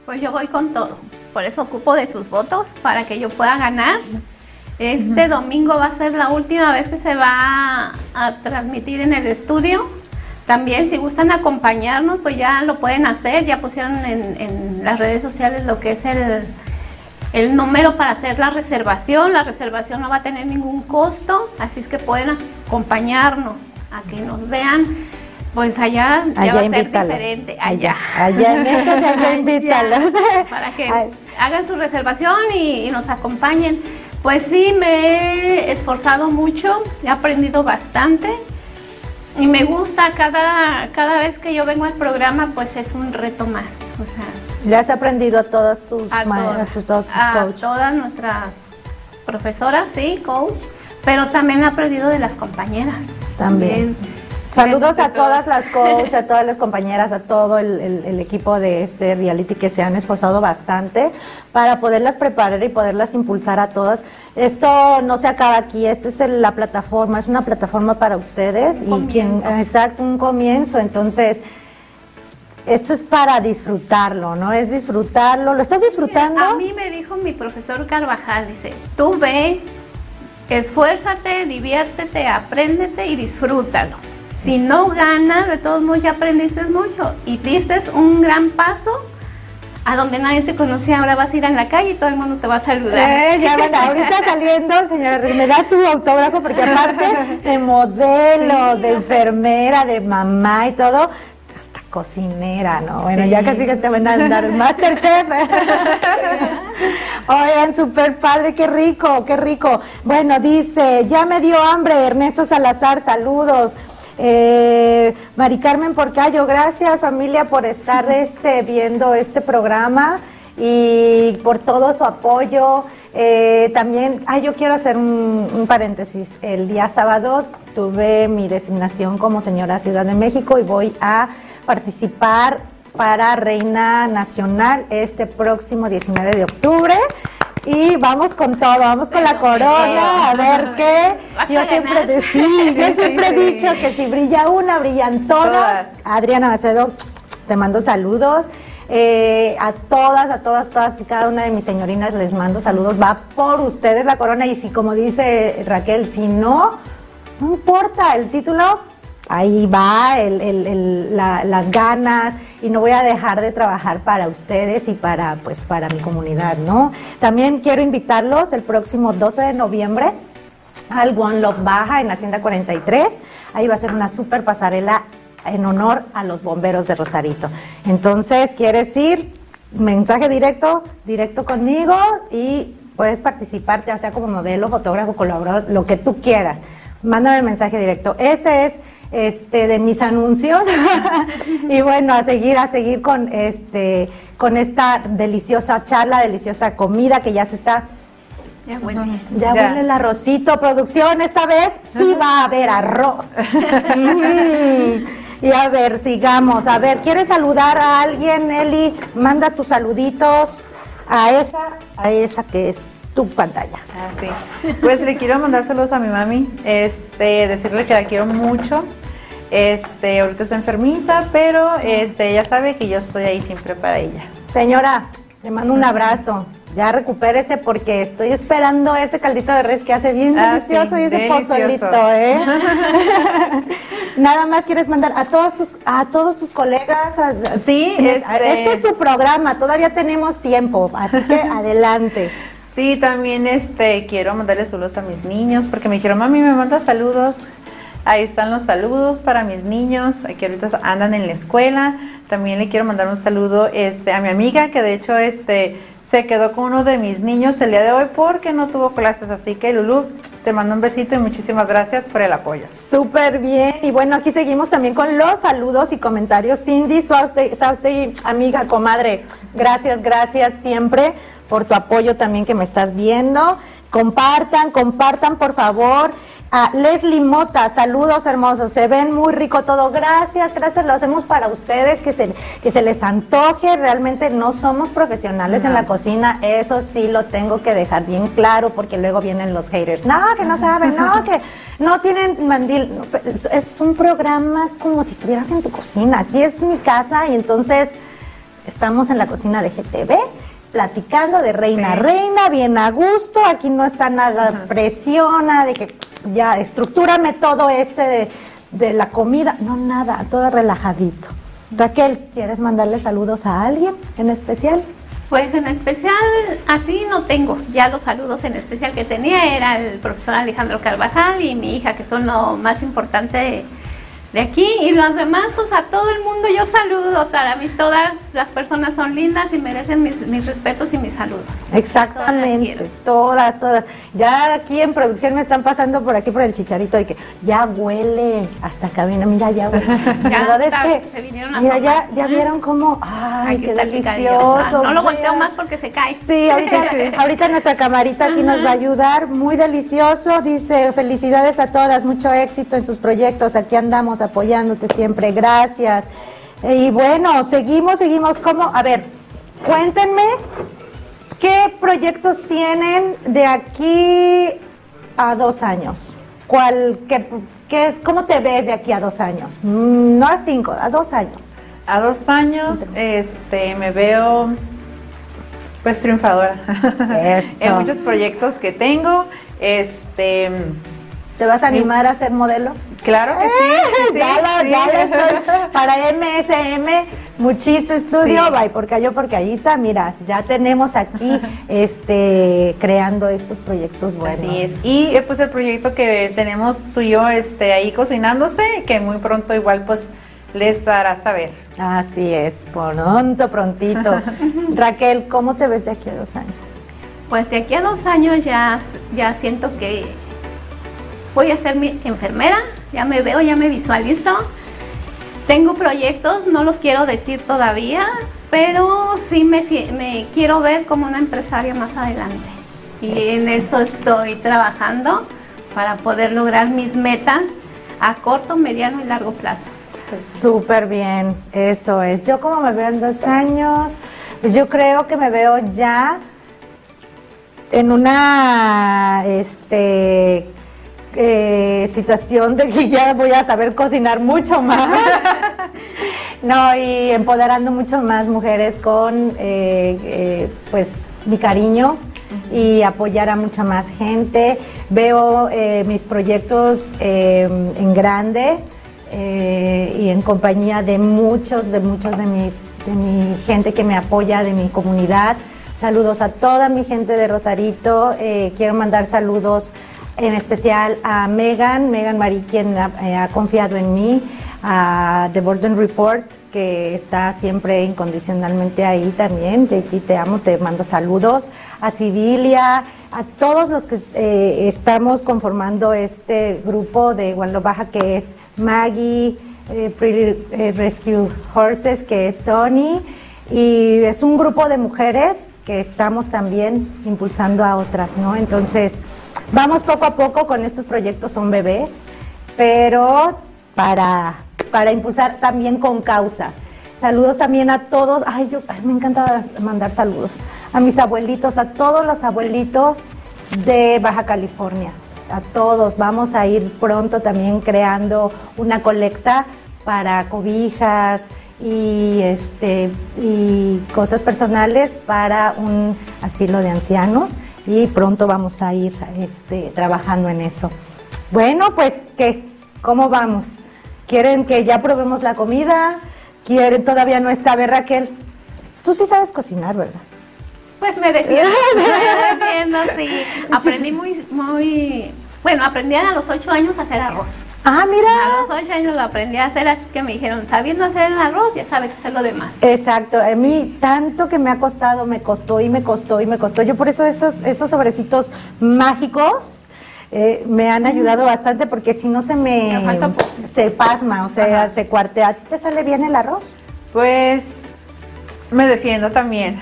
Pues yo voy con todo, por eso ocupo de sus votos para que yo pueda ganar. Este uh-huh. domingo va a ser la última vez que se va a, a transmitir en el estudio. También si gustan acompañarnos, pues ya lo pueden hacer, ya pusieron en, en las redes sociales lo que es el, el número para hacer la reservación. La reservación no va a tener ningún costo, así es que pueden acompañarnos a que nos vean. Pues allá, allá ya va a ser invítalos. diferente. Allá. Allá, allá en esto de allá invítalos. Para que Ay. hagan su reservación y, y nos acompañen. Pues sí, me he esforzado mucho, he aprendido bastante y me gusta cada, cada vez que yo vengo al programa, pues es un reto más. O sea, ¿le has aprendido a todas tus a, ma- todas, a tus dos a coaches? todas nuestras profesoras, sí, coach, pero también he aprendido de las compañeras. También. también. Saludos a todas las coach, a todas las compañeras, a todo el, el, el equipo de este reality que se han esforzado bastante para poderlas preparar y poderlas impulsar a todas. Esto no se acaba aquí, esta es el, la plataforma, es una plataforma para ustedes Un y quien, exacto, un comienzo. Entonces, esto es para disfrutarlo, ¿no? Es disfrutarlo. ¿Lo estás disfrutando? A mí me dijo mi profesor Carvajal, dice, tú ve, esfuérzate, diviértete, apréndete y disfrútalo. Si no ganas, de todos modos ya aprendiste mucho y diste un gran paso a donde nadie te conocía. Ahora vas a ir en la calle y todo el mundo te va a saludar. Eh, ya van, ahorita saliendo, señora, me da su autógrafo porque aparte de modelo, sí, de enfermera, de mamá y todo, hasta cocinera, ¿no? Bueno, sí, ya casi que te van a dar Masterchef. Oigan, súper padre, qué rico, qué rico. Bueno, dice, ya me dio hambre, Ernesto Salazar, saludos. Eh, Mari Carmen Porcayo, gracias familia por estar este, viendo este programa y por todo su apoyo. Eh, también, ay, yo quiero hacer un, un paréntesis. El día sábado tuve mi designación como señora Ciudad de México y voy a participar para Reina Nacional este próximo diecinueve de octubre. Y vamos con todo, vamos con la corona, a ver qué. Yo siempre, de, sí, yo siempre he dicho que si brilla una, brillan todas. todas. Adriana Macedo, te mando saludos. Eh, a todas, a todas, todas y cada una de mis señorinas les mando saludos. Va por ustedes la corona y si, como dice Raquel, si no, no importa el título. Ahí va el, el, el, la, las ganas y no voy a dejar de trabajar para ustedes y para, pues, para mi comunidad, ¿no? También quiero invitarlos el próximo doce de noviembre al One Love Baja en Hacienda cuarenta y tres. Ahí va a ser una súper pasarela en honor a los bomberos de Rosarito. Entonces, ¿quieres ir? Mensaje directo, directo conmigo y puedes participar, ya sea como modelo, fotógrafo, colaborador, lo que tú quieras. Mándame mensaje directo. Ese es este de mis anuncios. Y bueno, a seguir, a seguir con este, con esta deliciosa charla, deliciosa comida que ya se está. Ya huele. Ya, ya huele el arrocito. Producción, esta vez sí va a haber arroz. Y a ver, sigamos. A ver, ¿quieres saludar a alguien, Eli? Manda tus saluditos a esa, a esa que es tu pantalla. Ah, sí. Pues le quiero mandar saludos a mi mami, este, decirle que la quiero mucho. Este, ahorita está enfermita, pero este, ella sabe que yo estoy ahí siempre para ella. Señora, le mando un abrazo. Ya recupérese porque estoy esperando ese caldito de res que hace bien ah, delicioso sí, y ese delicioso. pozolito, ¿eh? Nada más quieres mandar a todos tus, a todos tus colegas. A, a, sí, este... este es tu programa, todavía tenemos tiempo, así que adelante. Sí, también este, quiero mandarle saludos a mis niños porque me dijeron, mami, me manda saludos. Ahí están los saludos para mis niños que ahorita andan en la escuela. También le quiero mandar un saludo este, a mi amiga que de hecho este, se quedó con uno de mis niños el día de hoy porque no tuvo clases. Así que Lulú, te mando un besito y muchísimas gracias por el apoyo. Súper bien. Y bueno, aquí seguimos también con los saludos y comentarios. Cindy Saustegui, amiga, comadre, gracias, gracias siempre por tu apoyo también que me estás viendo. Compartan, compartan por favor. A Leslie Mota, saludos hermosos, se ven muy rico todo, gracias, gracias, lo hacemos para ustedes, que se, que se les antoje, realmente no somos profesionales no. en la cocina, eso sí lo tengo que dejar bien claro, porque luego vienen los haters, no, que no saben, no, que no tienen mandil, no, es, es un programa como si estuvieras en tu cocina, aquí es mi casa y entonces Estamos en la cocina de G T V, platicando de reina a Sí. reina, bien a gusto. Aquí no está nada presiona de que ya estructúrame todo este de, de la comida. No, nada, todo relajadito. Raquel, ¿quieres mandarle saludos a alguien en especial? Pues en especial, así no tengo. Ya los saludos en especial que tenía era el profesor Alejandro Carvajal y mi hija, que son lo más importante de, de aquí. Y los demás, pues a todo el mundo yo saludo. Para mí todas las personas son lindas y merecen mis, mis respetos y mis saludos. Exactamente, todas, todas. Ya aquí en producción me están pasando por aquí por el chicharito de que ya huele hasta cabina, mira, ya huele. La Ya verdad es está, que, se vinieron a mira, ya, asomar. ya vieron cómo, ay, Ay, qué está picadillo. delicioso. Ah, no lo volteo vean. más porque se cae. Sí, ahorita, ahorita nuestra camarita aquí nos va a ayudar, muy delicioso, dice, felicidades a todas, mucho éxito en sus proyectos, aquí andamos apoyándote siempre, gracias. Y bueno, seguimos, seguimos, ¿cómo? A ver, cuéntenme, ¿qué proyectos tienen de aquí a dos años? ¿Cuál, qué, qué es, ¿Cómo te ves de aquí a dos años? Mm, No a cinco, a dos años. A dos años, este, me veo, pues, triunfadora. Eso. En muchos proyectos que tengo, este, ¿Te vas a animar a ser modelo? claro que sí, sí, sí, ya lo, sí. ya lo estoy, para M S M, Muchis Estudio, Sí. by Porcayo Porcayita, mira, ya tenemos aquí, este, creando estos proyectos buenos. Así es. Y eh, pues el proyecto que tenemos tú y yo, este, ahí cocinándose, que muy pronto igual, pues, les hará saber. Así es, pronto, prontito. Raquel, ¿cómo te ves de aquí a dos años? Pues de aquí a dos años ya, ya siento que voy a ser mi enfermera, ya me veo, ya me visualizo. Tengo proyectos, no los quiero decir todavía, pero sí me, me quiero ver como una empresaria más adelante. Y en eso estoy trabajando para poder lograr mis metas a corto, mediano y largo plazo. Súper bien, eso es. Yo como me veo en dos años, pues yo creo que me veo ya en una este eh, situación de que ya voy a saber cocinar mucho más. No, y empoderando mucho más mujeres con eh, eh, pues mi cariño y apoyar a mucha más gente. Veo eh, mis proyectos eh, en grande. Eh, y en compañía de muchos, de muchos de mis, de mi gente que me apoya, de mi comunidad. Saludos a toda mi gente de Rosarito. Eh, quiero mandar saludos en especial a Megan, Megan Marie, quien ha, eh, ha confiado en mí, a The Borden Report, que está siempre incondicionalmente ahí también. J T, te amo, te mando saludos. A Civilia, a todos los que eh, estamos conformando este grupo de Guanlo Baja, que es Maggie, eh, Pretty eh, Rescue Horses, que es Sony, y es un grupo de mujeres que estamos también impulsando a otras, ¿no? Entonces, vamos poco a poco con estos proyectos, son bebés, pero para, para impulsar también con causa. Saludos también a todos, ay, yo, ay, me encanta mandar saludos a mis abuelitos, a todos los abuelitos de Baja California. A todos, vamos a ir pronto también creando una colecta para cobijas y este y cosas personales para un asilo de ancianos, y pronto vamos a ir este, trabajando en eso. Bueno, pues, ¿qué? ¿Cómo vamos? ¿Quieren que ya probemos la comida? ¿Quieren? Todavía no está, ¿verdad, Raquel? Tú sí sabes cocinar, ¿verdad? Pues me defiendo, me defiendo, sí. Aprendí muy, muy, bueno, aprendí a los ocho años a hacer arroz. Ah, mira. A los ocho años lo aprendí a hacer, así que me dijeron, sabiendo hacer el arroz, ya sabes hacer lo demás. Exacto, a mí tanto que me ha costado, me costó y me costó y me costó. Yo por eso esos, esos sobrecitos mágicos eh, me han ayudado bastante, porque si no se me, Me falta poco. se pasma, o sea, Ajá. se cuartea. ¿A ti te sale bien el arroz? Pues, me defiendo también.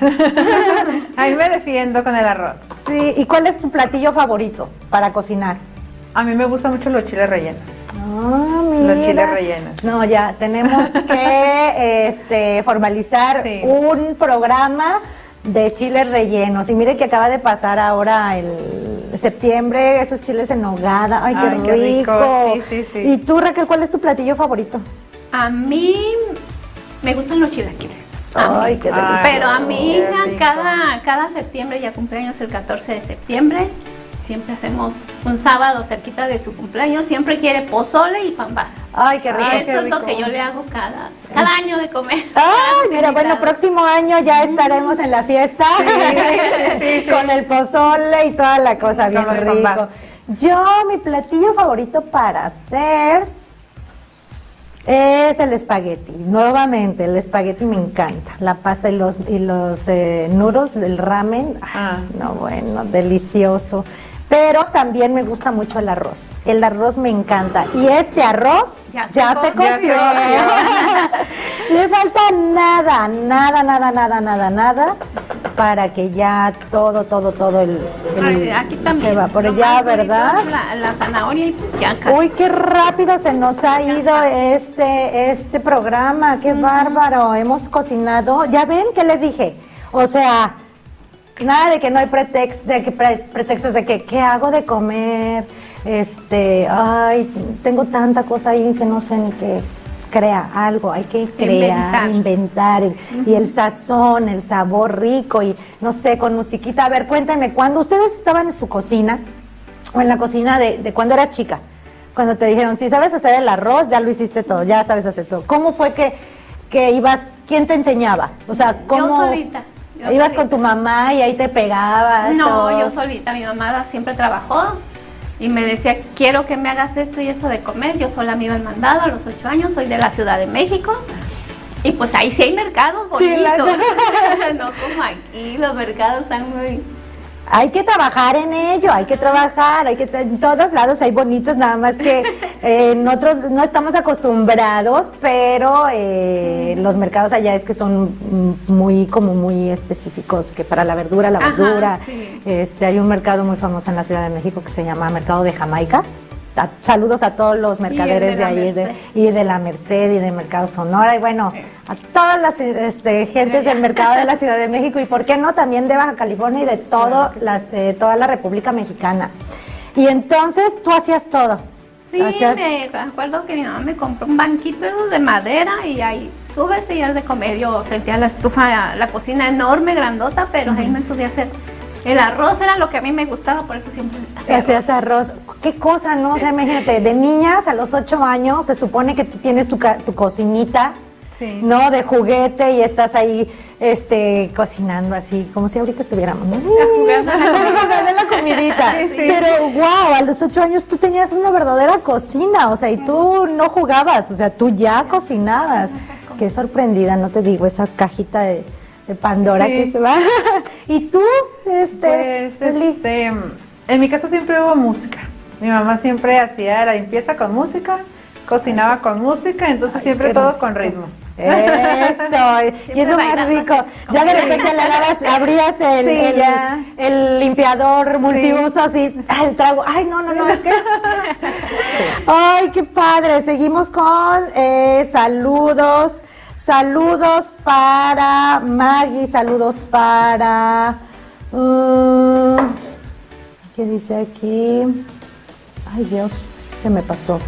A mí me defiendo con el arroz. Sí, ¿y cuál es tu platillo favorito para cocinar? A mí me gustan mucho los chiles rellenos. Ah, mira. Los chiles rellenos. No, ya tenemos que este, formalizar Sí. un programa de chiles rellenos. Y mire que acaba de pasar ahora el septiembre, esos chiles en nogada. Ay, qué, Ay, qué rico. rico. Sí, sí, sí. ¿Y tú, Raquel, cuál es tu platillo favorito? A mí me gustan los chilaquiles. Ay, qué delicioso. Pero a mi qué hija rico. cada, cada septiembre, ya cumpleaños el catorce de septiembre, siempre hacemos un sábado cerquita de su cumpleaños, siempre quiere pozole y pambazos. Ay, qué rico. Eso qué es rico. lo que yo le hago cada, cada año de comer. Ay, mira, bueno, Invitados. próximo año ya estaremos en la fiesta sí, sí, sí. con el pozole y toda la cosa Con bien los rico. pambazos. Yo, mi platillo favorito para hacer es el espagueti. Nuevamente, el espagueti me encanta. La pasta y los y los eh, noodles, el ramen. Ah. No, bueno, delicioso. Pero también me gusta mucho el arroz. El arroz me encanta. Y este arroz ya, Ya se se co- coció. ya se Le falta nada, nada, nada, nada, nada, nada para que ya todo, todo, todo el, el- Ay, aquí también. se va por Lo allá, más bonito ¿verdad? es La, la zanahoria y ya casi. Uy, qué rápido se nos ha ido este, este programa, qué bárbaro, hemos cocinado, ya ven que les dije, o sea, nada de que no hay pretextos, de que pre- pretextos de que, ¿qué hago de comer? Este, ay, tengo tanta cosa ahí que no sé ni qué. Crea algo, hay que crear, inventar, Inventar. y, y el sazón, el sabor rico y no sé, con musiquita. A ver, cuéntenme, cuando ustedes estaban en su cocina o en la cocina de, de cuando eras chica, cuando te dijeron, si sabes hacer el arroz, ya lo hiciste todo, ya sabes hacer todo. ¿Cómo fue que, que ibas, quién te enseñaba? O sea, ¿cómo? Yo solita. yo ¿Ibas solita. con tu mamá y ahí te pegabas? No, o- yo solita. Mi mamá siempre trabajó y me decía, quiero que me hagas esto y eso de comer. Yo sola me iba al mandado a los ocho años, soy de la Ciudad de México. Y pues ahí sí hay mercados bonitos. Sí, la- No como aquí, los mercados están muy... Hay que trabajar en ello, hay que trabajar, hay que en todos lados hay bonitos, nada más que eh, nosotros no estamos acostumbrados, pero eh, los mercados allá es que son mm, muy como muy específicos, que para la verdura, la Ajá, verdura. sí. Este, hay un mercado muy famoso en la Ciudad de México que se llama Mercado de Jamaica. A- saludos a todos los mercaderes de de la ahí de- Merced. y de la Merced y de Mercado Sonora y bueno, a todas las este, gentes del mercado de la Ciudad de México y por qué no también de Baja California y de todo las de toda la República Mexicana. Y entonces tú hacías todo. Sí, Hacías- me acuerdo que mi mamá me compró un banquito de madera y ahí súbete y haz de comer. Yo sentía la estufa, la cocina enorme, grandota, pero ahí me subí a hacer el arroz, era lo que a mí me gustaba, por eso siempre hacía Hacías arroz. Qué cosa, ¿no? O sea, imagínate, de niñas a los ocho años se supone que tú tienes tu, ca- tu cocinita, Sí. ¿no? De juguete y estás ahí este, cocinando así, como si ahorita estuviéramos, ¿no? jugando a la Jugando a la comidita. Sí, sí. Pero, wow, a los ocho años tú tenías una verdadera cocina, o sea, y tú no jugabas, o sea, tú ya cocinabas. Qué sorprendida, no te digo, esa cajita de, de Pandora Sí. que se va. ¿Y tú, este, Pues, Eli? este, en mi casa siempre hubo música. Mi mamá siempre hacía la limpieza con música, cocinaba con música, entonces Ay, siempre qué todo rico. con ritmo. Eso, y es lo más bailando rico. así, Ya de como repente le dabas, abrías el, Sí, el, ya. el limpiador multiuso así, ah, el trago. Ay, no, no, no, es que. Ay, qué padre. Seguimos con eh, saludos. Saludos para Maggie, saludos para. mm, ¿Qué dice aquí? Ay, Dios, se me pasó.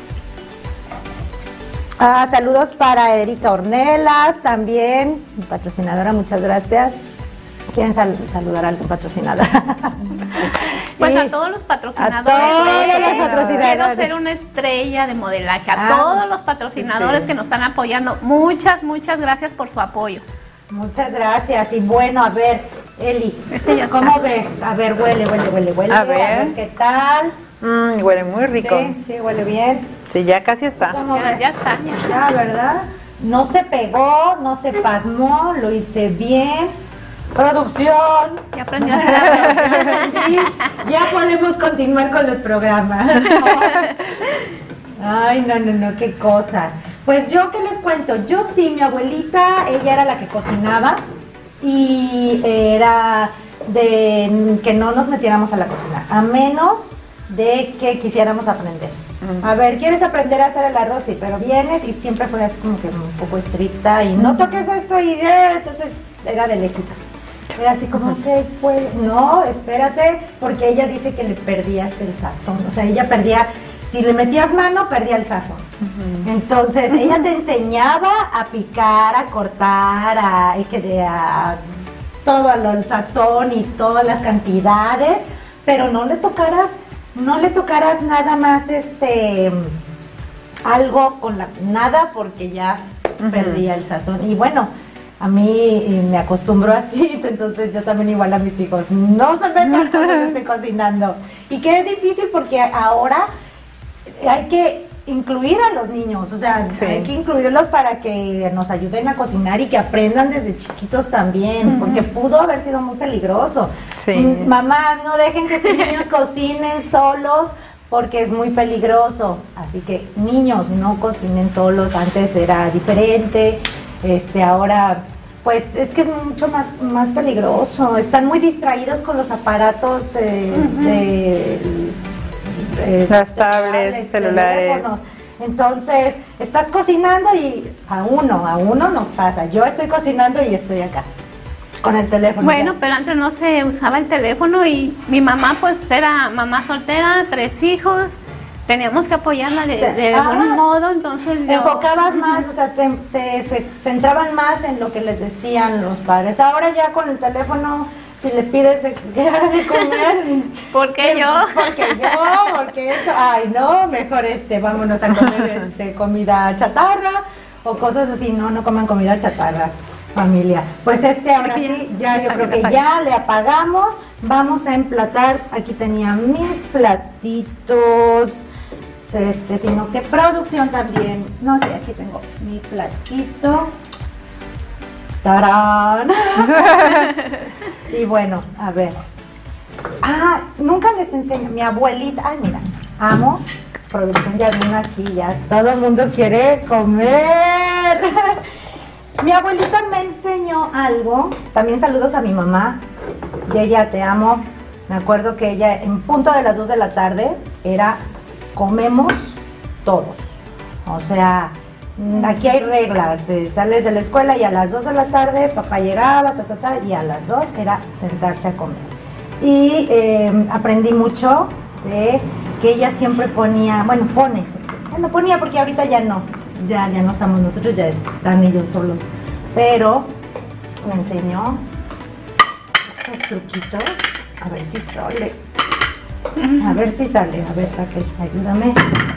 Ah, saludos para Erika Ornelas, también, mi patrocinadora, muchas gracias. ¿Quieren sal- saludar a algún patrocinador? Pues Y a todos los patrocinadores. a todos eh, los patrocinadores. Quiero ser una estrella de modelaje. A Ah, todos los patrocinadores sí, sí. que nos están apoyando. Muchas, muchas gracias por su apoyo. Muchas gracias. Y bueno, a ver, Eli, Este ya ¿cómo está. ves? A ver, huele, huele, huele, huele. A ver. qué tal. Mm, huele muy rico. Sí, sí, huele bien. Sí, ya casi está. ¿Cómo Ya, ves? ya está, ya está. Ya, ¿verdad? No se pegó, no se pasmó, lo hice bien. Producción. Ya aprendió a hacer arroz. Y ya podemos continuar con los programas. Ay, no, no, no, qué cosas. Pues yo, ¿qué les cuento? Yo sí, mi abuelita, ella era la que cocinaba y era de que no nos metiéramos a la cocina, a menos de que quisiéramos aprender. A ver, ¿quieres aprender a hacer el arroz? Sí, pero vienes y siempre fue así como que un poco estricta y no toques esto y eh, entonces era de lejitos. Era así como que, pues, no, espérate, porque ella dice que le perdías el sazón, o sea, ella perdía, si le metías mano, perdía el sazón. Uh-huh. Entonces, ella te enseñaba a picar, a cortar, a, a, a todo lo, el sazón y todas las cantidades, pero no le tocaras, no le tocaras nada más este algo con la nada porque ya uh-huh. perdía el sazón. Y bueno, a mí me acostumbró así, entonces yo también igual a mis hijos, no se metan cuando yo estoy cocinando. Y qué difícil porque ahora hay que incluir a los niños, o sea, sí. hay que incluirlos para que nos ayuden a cocinar y que aprendan desde chiquitos también, uh-huh. porque pudo haber sido muy peligroso. Sí. Mamás, no dejen que sus niños cocinen solos porque es muy peligroso. Así que niños, no cocinen solos, antes era diferente. Este, ahora, pues es que es mucho más, más peligroso. Están muy distraídos con los aparatos eh, uh-huh. de, de las tablets, celulares. Teléfonos. Entonces, estás cocinando y a uno, a uno nos pasa. Yo estoy cocinando y estoy acá con el teléfono. Bueno, ya. pero antes no se usaba el teléfono y mi mamá pues era mamá soltera, tres hijos. Teníamos que apoyarla de, de ah, algún modo, entonces yo... Enfocabas más, o sea, te, se, se centraban más en lo que les decían los padres. Ahora ya con el teléfono, si le pides de, que haga de comer... ¿Por qué yo? Porque yo, porque esto... Ay, no, mejor este, vámonos a comer este, comida chatarra o cosas así. No, no coman comida chatarra, familia. Pues este, ahora sí, ya yo creo que ya le apagamos. Vamos a emplatar. Aquí tenía mis platitos... Este, sino que producción también. No sé, aquí tengo mi platito. ¡Tarán! Y bueno, a ver. Ah, nunca les enseño. Mi abuelita, ay, mira, amo. Producción ya vino aquí, ya todo el mundo quiere comer. Mi abuelita me enseñó algo. También saludos a mi mamá. Y ella, te amo. Me acuerdo que ella, en punto de las dos de la tarde, era... comemos todos, o sea, aquí hay reglas, eh, sales de la escuela y a las dos de la tarde papá llegaba, ta, ta, ta, y a las dos era sentarse a comer. Y eh, aprendí mucho de que ella siempre ponía, bueno, pone, bueno, ponía porque ahorita ya no, ya, ya no estamos nosotros, ya están ellos solos, pero me enseñó estos truquitos, a ver si sale. A ver si sale, a ver, Raquel, ayúdame.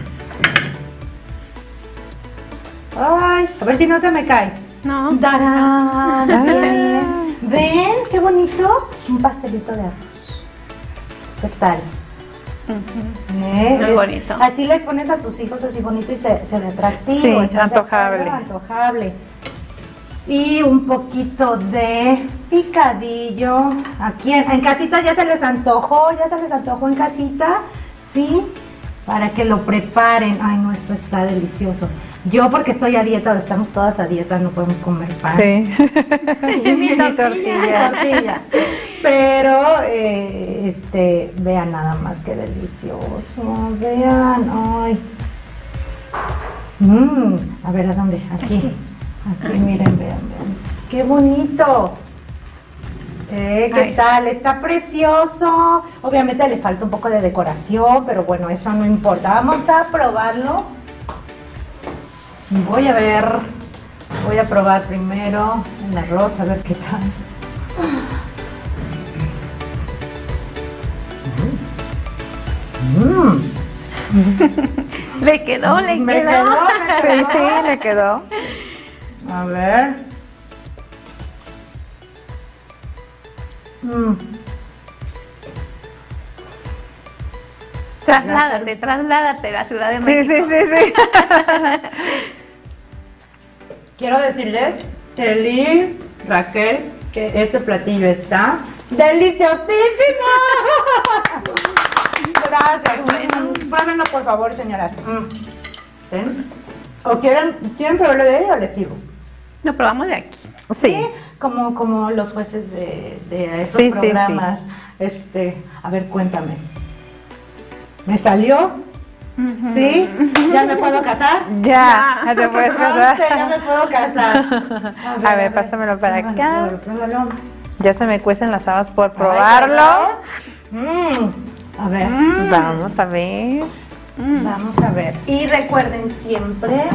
Ay, a ver si no se me cae. No. ¡Darán! Ven, ven, qué bonito. Un pastelito de arroz. ¿Qué tal? Uh-huh. ¿Eh? Muy es, bonito. Así les pones a tus hijos así bonito y se, se ve atractivo. Sí, ¿Estás antojable. Antojable. Y un poquito de picadillo. Aquí en, en casita ya se les antojó, ya se les antojó en casita, ¿sí? Para que lo preparen. Ay, no, esto está delicioso. Yo porque estoy a dieta, estamos todas a dieta, no podemos comer pan. Sí. Ni tortilla. tortilla. Pero, eh, este, vean nada más que delicioso. Vean, ay. Mm, a ver, ¿a dónde? Aquí. Aquí, miren, vean, vean. ¡Qué bonito! Eh, ¿Qué Ay. tal? Está precioso. Obviamente le falta un poco de decoración, pero bueno, eso no importa. Vamos a probarlo. Voy a ver, voy a probar primero el arroz, a ver qué tal. Mm. Le quedó, le me quedó. quedó me Sí, quedó. sí, le quedó. A ver. Mm. Trasládate, trasládate a la Ciudad de México. Sí, sí, sí, sí. Quiero decirles, Eli, Raquel, que este platillo está deliciosísimo. Gracias. Bueno. Mm, pruébenlo, por favor, señoras. Mm. ¿Ten? ¿O quieren, quieren probarlo de ahí o les sirvo? Lo probamos de aquí. Sí. ¿Sí? Como, como los jueces de, de esos Sí, sí, programas. sí. Este, a ver, cuéntame. ¿Me salió? Uh-huh. ¿Sí? ¿Ya me puedo casar? Ya, ya te puedes casar. Conste, ya me puedo casar. A ver, a ver, pásamelo para pruébalo, acá. pruébalo, pruébalo. Ya se me cuecen las habas por probarlo. Mm, a ver. Vamos a ver. Mm. Vamos a ver. Y recuerden siempre,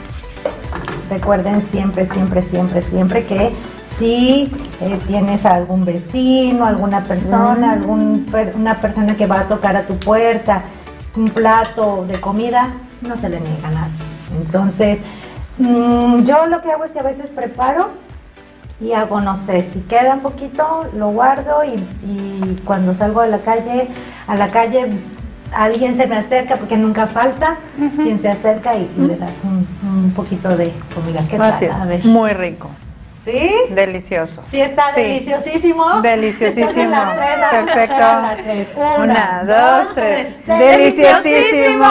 recuerden siempre, siempre, siempre, siempre que si eh, tienes a algún vecino, alguna persona, Mm. algún per- una persona que va a tocar a tu puerta, un plato de comida, no se le niega nada. Entonces, mm, yo lo que hago es que a veces preparo y hago, no sé, si queda un poquito, lo guardo y, y cuando salgo a la calle, a la calle alguien se me acerca, porque nunca falta quien se acerca y, y le das un, un poquito de comida. ¿Qué Así tal? A ver. es, muy rico, ¿Sí? delicioso. Sí, está Sí. deliciosísimo. Deliciosísimo. Entonces, las tres, vamos a Perfecto. hacer a las tres. Una, Una, dos, tres. ¡Deliciosísimo! Deliciosísimo.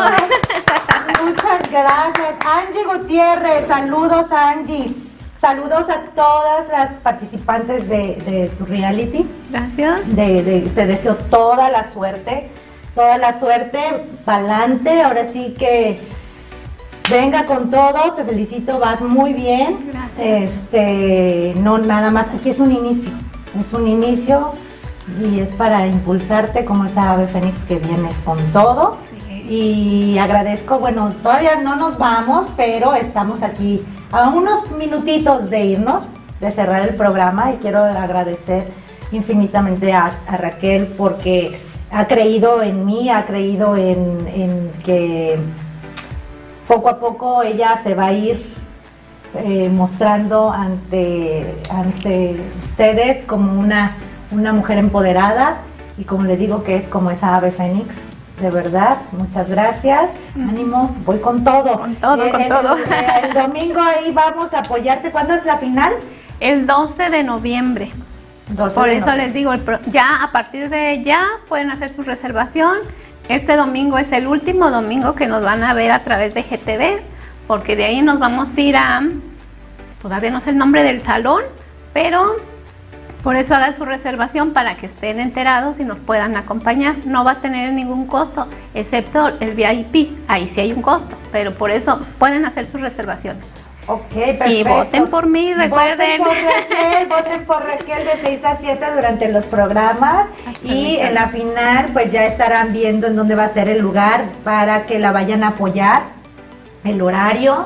Muchas gracias. Angie Gutiérrez, saludos Angie. Saludos a todas las participantes de, de tu reality. Gracias. De, de- te deseo toda la suerte, toda la suerte, pa'lante, ahora sí que venga con todo, te felicito, vas muy bien. Gracias. Este, no nada más, aquí es un inicio, es un inicio y es para impulsarte como esa ave fénix que vienes con todo. Y agradezco, bueno, todavía no nos vamos, pero estamos aquí a unos minutitos de irnos, de cerrar el programa y quiero agradecer infinitamente a, a Raquel porque ha creído en mí, ha creído en, en que poco a poco ella se va a ir eh, mostrando ante, ante ustedes como una, una mujer empoderada y como le digo que es como esa ave fénix. De verdad, muchas gracias. Ánimo, voy con todo. Con todo, con el, todo. El, el domingo ahí vamos a apoyarte. ¿Cuándo es la final? El doce de noviembre. doce Por de eso noviembre. les digo, el pro- ya a partir de ya pueden hacer su reservación. Este domingo es el último domingo que nos van a ver a través de G T V, porque de ahí nos vamos a ir a, todavía no sé el nombre del salón, pero por eso hagan su reservación para que estén enterados y nos puedan acompañar. No va a tener ningún costo, excepto el V I P, ahí sí hay un costo, pero por eso pueden hacer sus reservaciones. Ok, perfecto. Y voten por mí, recuerden. Voten por Raquel, voten por Raquel de seis a siete durante los programas. Hasta Y luego. en la final, pues ya estarán viendo en dónde va a ser el lugar para que la vayan a apoyar, el horario.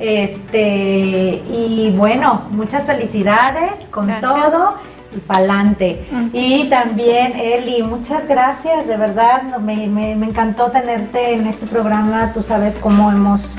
Este, y bueno, muchas felicidades con Gracias. todo. Y pa'lante. Ujú. Y también, Eli, muchas gracias, de verdad, me, me, me encantó tenerte en este programa. Tú sabes cómo hemos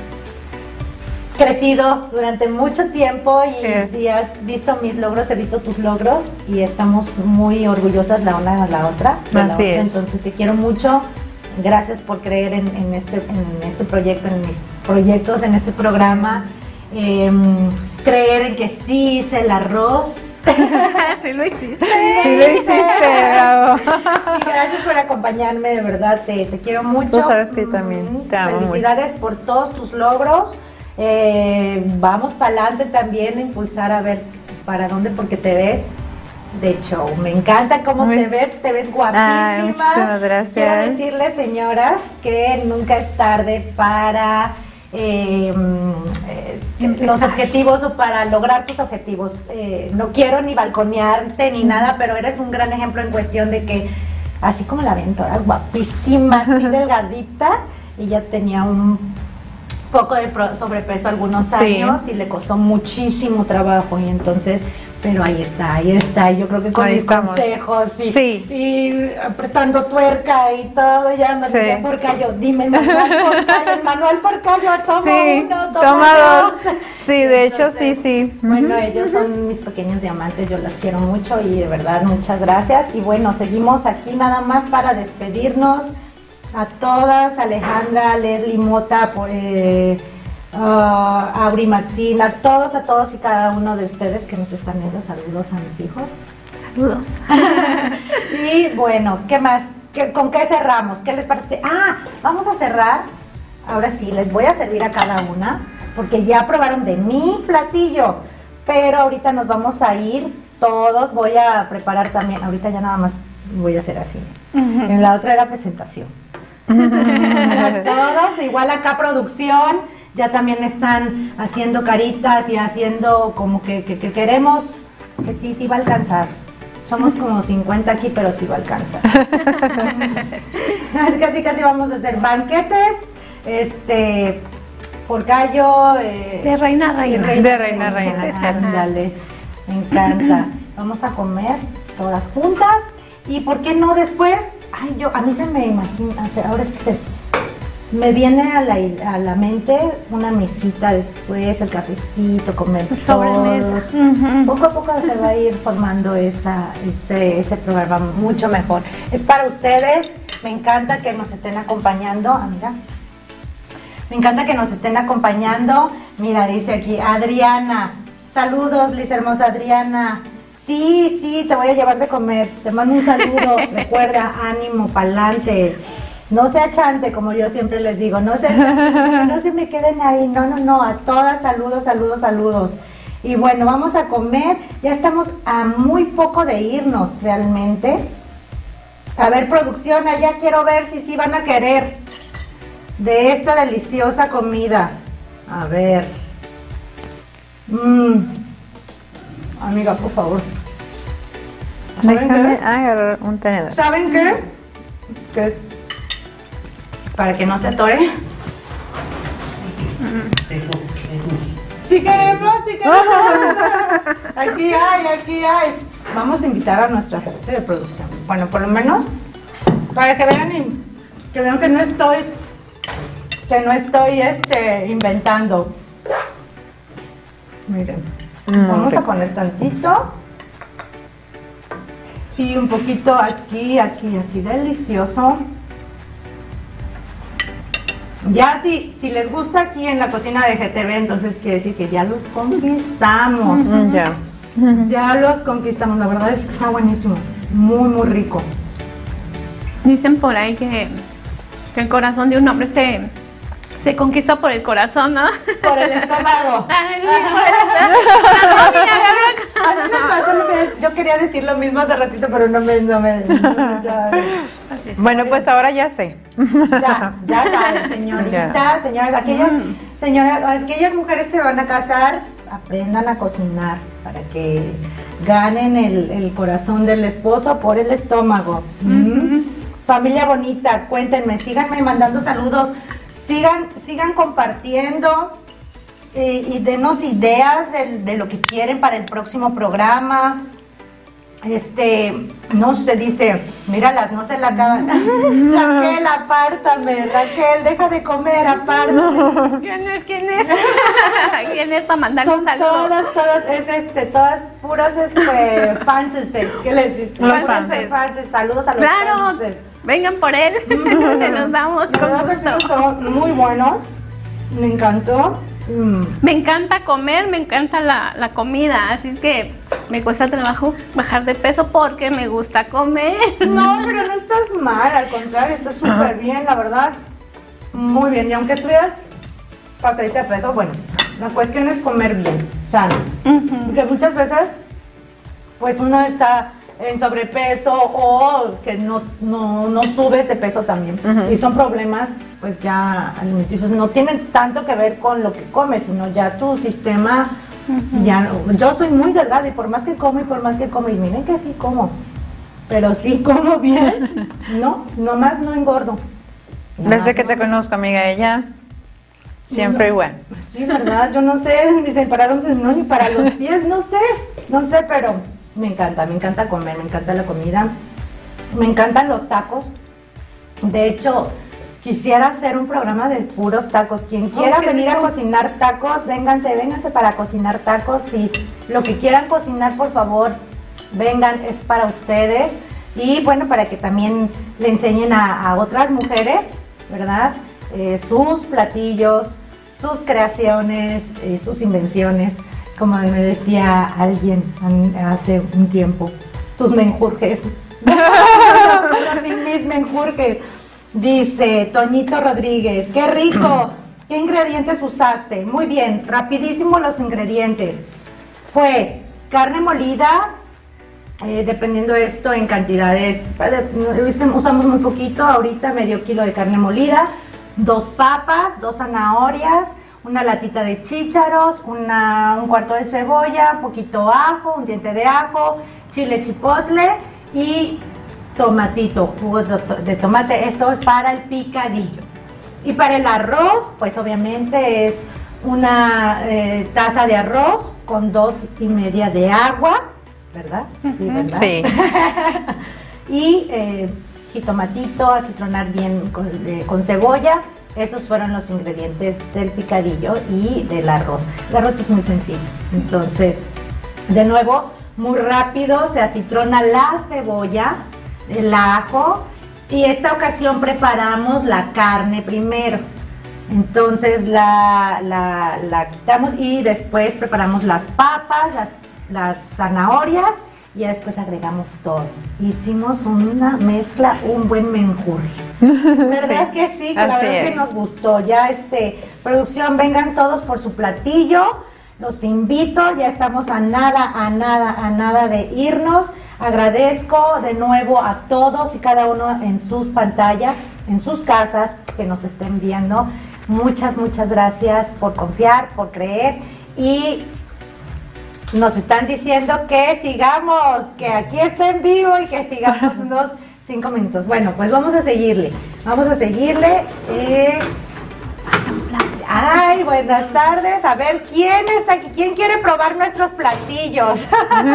crecido durante mucho tiempo y, Así es. y has visto mis logros, he visto tus logros y estamos muy orgullosas la una de la otra. de la Así otra. es. Entonces te quiero mucho. Gracias por creer en, en este, en este proyecto, en mis proyectos, en este programa. Em, creer en que sí hice el arroz. Sí lo hiciste. Sí lo hiciste, bravo. Y gracias por acompañarme, de verdad, te, te quiero mucho. Tú sabes que yo también Mm, te amo Felicidades por todos tus logros. Eh, vamos para adelante también a impulsar a ver para dónde, porque te ves de show. Me encanta cómo Muy- te ves, te ves guapísima. Ay, muchísimas gracias. Quiero decirles, señoras, que nunca es tarde para eh, eh, los objetivos o para lograr tus objetivos. Eh, no quiero ni balconearte ni nada, pero eres un gran ejemplo en cuestión de que, así como la aventura, guapísima, así delgadita, ella tenía un poco de pro- sobrepeso algunos Sí. años y le costó muchísimo trabajo y entonces, pero ahí está, ahí está, y yo creo que con Ahí mis estamos. consejos y, Sí. y apretando tuerca y todo, ya me Sí. decía Porcayo, dime manual Porcayo, manual Porcayo, toma Sí, uno, toma, toma dos. dos. Sí, de hecho, Entonces, sí, sí. Bueno, Ujú. ellos son mis pequeños diamantes, yo las quiero mucho y de verdad muchas gracias. Y bueno, seguimos aquí nada más para despedirnos a todas, Alejandra, Leslie Mota, por, eh, ah, Auri Maxine, a todos, a todos y cada uno de ustedes que nos están viendo, saludos a mis hijos. Saludos. Y bueno, ¿qué más? ¿Qué- ¿Con qué cerramos? ¿Qué les parece? Ah, vamos a cerrar. Ahora sí, les voy a servir a cada una, porque ya probaron de mi platillo. Pero ahorita nos vamos a ir todos. Voy a preparar también. Ahorita ya nada más voy a hacer así. En la otra era presentación. Todos, igual acá producción, ya también están haciendo caritas y haciendo como que, que, que queremos que sí, sí va a alcanzar. Somos como cincuenta aquí, pero sí va a alcanzar. Casi, casi vamos a hacer banquetes, este, por gallo. Eh, De reina a reina. De reina a reina. Ándale, me encanta. Vamos a comer todas juntas. Y por qué no después, ay, yo, a mí se me imagina, ahora es que se, me viene a la, a la mente una mesita después, el cafecito, comer todos. Uh-huh. Poco a poco se va a ir formando esa, ese, ese programa mucho mejor. Es para ustedes, me encanta que nos estén acompañando, amiga. Me encanta que nos estén acompañando. Mira, dice aquí Adriana, saludos, Liz hermosa Adriana. Sí, sí, te voy a llevar de comer. Te mando un saludo. Recuerda, ánimo, pa'lante. No se achante, como yo siempre les digo. No se achante, no se me queden ahí. No, no, no. A todas, saludos, saludos, saludos. Y bueno, vamos a comer. Ya estamos a muy poco de irnos, realmente. A ver, producción, allá quiero ver si sí van a querer de esta deliciosa comida. A ver. Mmm. Amiga, por favor. Déjame agarrar un tenedor. ¿Saben qué? Que para que no se atore. Si queremos, si queremos. Aquí hay, aquí hay. Vamos a invitar a nuestra gente de producción. Bueno, por lo menos para que vean y, que vean que no estoy que no estoy este inventando. Miren. Mm, Vamos okay. a poner tantito y un poquito aquí, aquí, aquí, delicioso. Ya si, si les gusta aquí en la cocina de G T V, entonces quiere decir que ya los conquistamos. Mm, ya. Ya los conquistamos, la verdad es que está buenísimo, muy, muy rico. Dicen por ahí que, que el corazón de un hombre se... Se conquista por el corazón, ¿no? Por el estómago. Ay, por el estómago. A mí me pasó lo mismo. Yo quería decir lo mismo hace ratito, pero no me... No me no, ya. Bueno, pues ahora ya sé. Ya, ya saben, señoritas, señoras, aquellas, señoras, aquellas mujeres que se van a casar, aprendan a cocinar para que ganen el, el corazón del esposo por el estómago. Uh-huh. ¿Mm? Familia bonita, cuéntenme, síganme mandando saludos. Sigan, sigan compartiendo eh, y denos ideas de, de lo que quieren para el próximo programa. Este, no se dice, míralas, no se la acaban. Raquel, apártame, Raquel, deja de comer, apártame. ¿Quién es? ¿Quién es? ¿Quién es para mandarle Son un saludo? todas, todas, es este, todas puros este, fanses, ¿qué les dicen? Los fanses. fanses. Saludos a los Claro. fanses. Vengan por él, Mm. se los damos La con verdad que sí gusto. estuvo muy bueno, me encantó. Mm. Me encanta comer, me encanta la, la comida, así es que me cuesta trabajo bajar de peso porque me gusta comer. No, pero no estás mal, al contrario, estás súper bien, la verdad. Muy bien, y aunque estuvieras pasadita de peso, bueno, la cuestión es comer bien, sano. Ujú. Porque muchas veces, pues uno está en sobrepeso o que no, no, no sube ese peso también. Uh-huh. Y son problemas, pues ya alimenticios, no tienen tanto que ver con lo que comes, sino ya tu sistema, uh-huh. ya, yo soy muy delgada y por más que como y por más que como, y miren que sí como, pero sí como bien, no, nomás no engordo. Desde Nomás que no. te conozco, amiga, ella siempre no, igual. Sí, ¿verdad? Yo no sé, dicen para dónde, no, ni para los pies, no sé, no sé, pero me encanta, me encanta comer, me encanta la comida, me encantan los tacos. De hecho, quisiera hacer un programa de puros tacos. Quien quiera okay, venir no. a cocinar tacos, vénganse, vénganse para cocinar tacos. Y lo que quieran cocinar, por favor, vengan, es para ustedes. Y bueno, para que también le enseñen a, a otras mujeres, ¿verdad? Eh, sus platillos, sus creaciones, eh, sus invenciones. Como me decía alguien hace un tiempo, tus menjurjes. Sin mis menjurjes. Dice Toñito Rodríguez, qué rico, ¿qué ingredientes usaste? Muy bien, rapidísimo los ingredientes. Fue carne molida, eh, dependiendo esto en cantidades, usamos muy poquito, ahorita medio kilo de carne molida, dos papas, dos zanahorias, una latita de chícharos, una, un cuarto de cebolla, un poquito ajo, un diente de ajo, chile chipotle y tomatito, jugo de, de tomate. Esto es para el picadillo. Y para el arroz, pues obviamente es una eh, taza de arroz con dos y media de agua, ¿verdad? Sí, ¿verdad? Sí. Y eh, jitomatito, a citronar bien con, eh, con cebolla. Esos fueron los ingredientes del picadillo y del arroz. El arroz es muy sencillo. Entonces, de nuevo, muy rápido se acitrona la cebolla, el ajo, y esta ocasión preparamos la carne primero. Entonces la, la, la quitamos y después preparamos las papas, las, las zanahorias y después agregamos todo. Hicimos una mezcla, un buen menjurje. ¿Verdad sí, que sí? Que la verdad es que nos gustó. Ya, este, producción, vengan todos por su platillo. Los invito, ya estamos a nada, a nada, a nada de irnos. Agradezco de nuevo a todos y cada uno en sus pantallas, en sus casas, que nos estén viendo. Muchas, muchas gracias por confiar, por creer, y nos están diciendo que sigamos, que aquí está en vivo y que sigamos unos cinco minutos. Bueno, pues vamos a seguirle, vamos a seguirle. Eh, ay, buenas tardes. A ver, ¿quién está aquí? ¿Quién quiere probar nuestros platillos?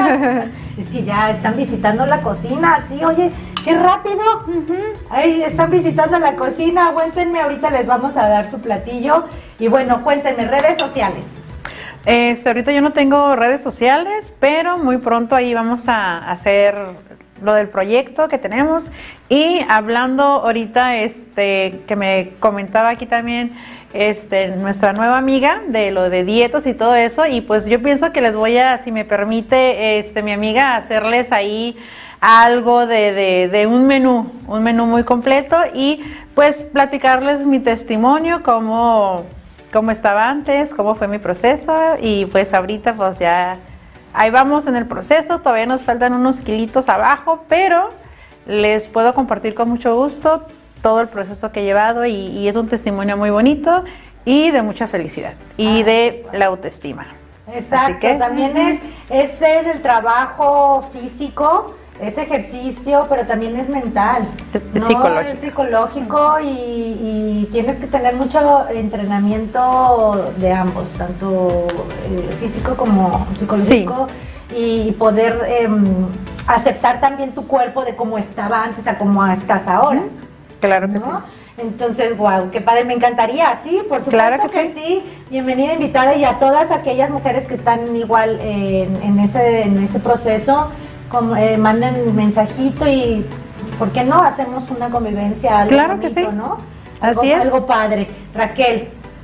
Es que ya están visitando la cocina, sí, oye, qué rápido. Uh-huh. Ay, están visitando la cocina, aguántenme, ahorita les vamos a dar su platillo. Y bueno, cuéntenme, redes sociales. Eh, ahorita yo no tengo redes sociales, pero muy pronto ahí vamos a hacer lo del proyecto que tenemos. Y hablando ahorita, este, que me comentaba aquí también, este, nuestra nueva amiga de lo de dietas y todo eso, y pues yo pienso que les voy a, si me permite, este, mi amiga, hacerles ahí algo de, de, de un menú, un menú muy completo, y pues platicarles mi testimonio, cómo, cómo estaba antes, cómo fue mi proceso, y pues ahorita pues ya ahí vamos en el proceso. Todavía nos faltan unos kilitos abajo, pero les puedo compartir con mucho gusto todo el proceso que he llevado, y, y es un testimonio muy bonito y de mucha felicidad y de la autoestima. Exacto, que, también es, ese es el trabajo físico, es ejercicio, pero también es mental, es, ¿no? es psicológico, es psicológico y, y tienes que tener mucho entrenamiento de ambos, tanto eh, físico como psicológico, sí. Y poder eh, aceptar también tu cuerpo de cómo estaba antes a cómo estás ahora. Claro que ¿no? sí. Entonces, wow, qué padre, me encantaría, sí, por supuesto claro que, que sí. sí. Bienvenida invitada, y a todas aquellas mujeres que están igual eh, en, en, ese, en ese proceso, como, eh, manden mensajito y, ¿por qué no? Hacemos una convivencia, algo claro bonito, que sí. ¿no? Algo, Así es. Algo padre. Raquel.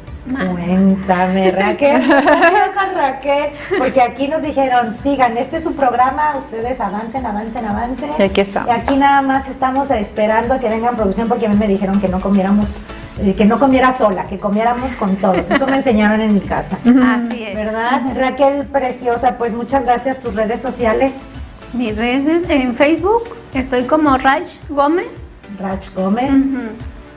Cuéntame, Raquel, con Raquel, porque aquí nos dijeron, sigan, este es su programa, ustedes avancen, avancen, avancen. Y aquí estamos. Y aquí nada más estamos esperando a que vengan producción, porque a mí me dijeron que no comiéramos, eh, que no comiera sola, que comiéramos con todos. Eso me enseñaron en mi casa. Así es. ¿Verdad? Raquel, preciosa, pues muchas gracias. Tus redes sociales. Mis redes en Facebook, estoy como Rach Gómez. Rach Gómez. Uh-huh.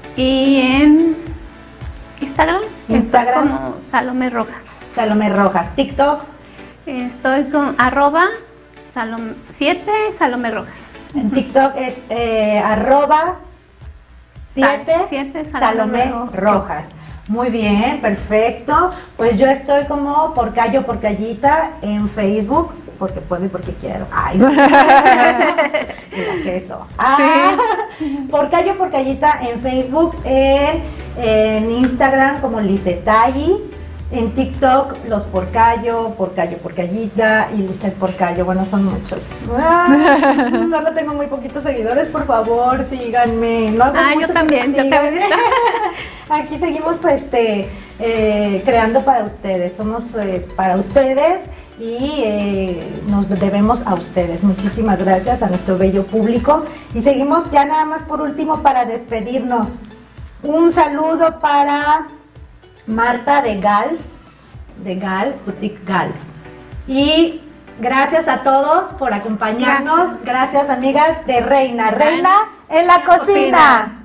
Y en Instagram, Instagram. Estoy como Salome Rojas. Salome Rojas. TikTok. Estoy con arroba Salome, siete Salome Rojas. En TikTok es eh, arroba siete Salome, Salome Rojas. Muy bien, perfecto. Pues yo estoy como Porcayo Porcayita en Facebook, porque puedo y porque quiero. Ay, sí. Mira queso. Ah, sí. Porcayo Porcayita en Facebook, en, en Instagram como Licetai, en TikTok Los Porcayo, Porcayo Porcayita y Lizeth Porcayo. Bueno, son muchos. Ah, solo tengo muy poquitos seguidores, por favor, síganme. No ah, yo también, yo también. Aquí seguimos pues este, eh, creando para ustedes, somos eh, para ustedes y eh, nos debemos a ustedes. Muchísimas gracias a nuestro bello público, y seguimos ya nada más por último para despedirnos. Un saludo para Marta de Gals, de Gals, Boutique Gals. Y gracias a todos por acompañarnos, gracias, gracias amigas de Reina, Reina en la cocina.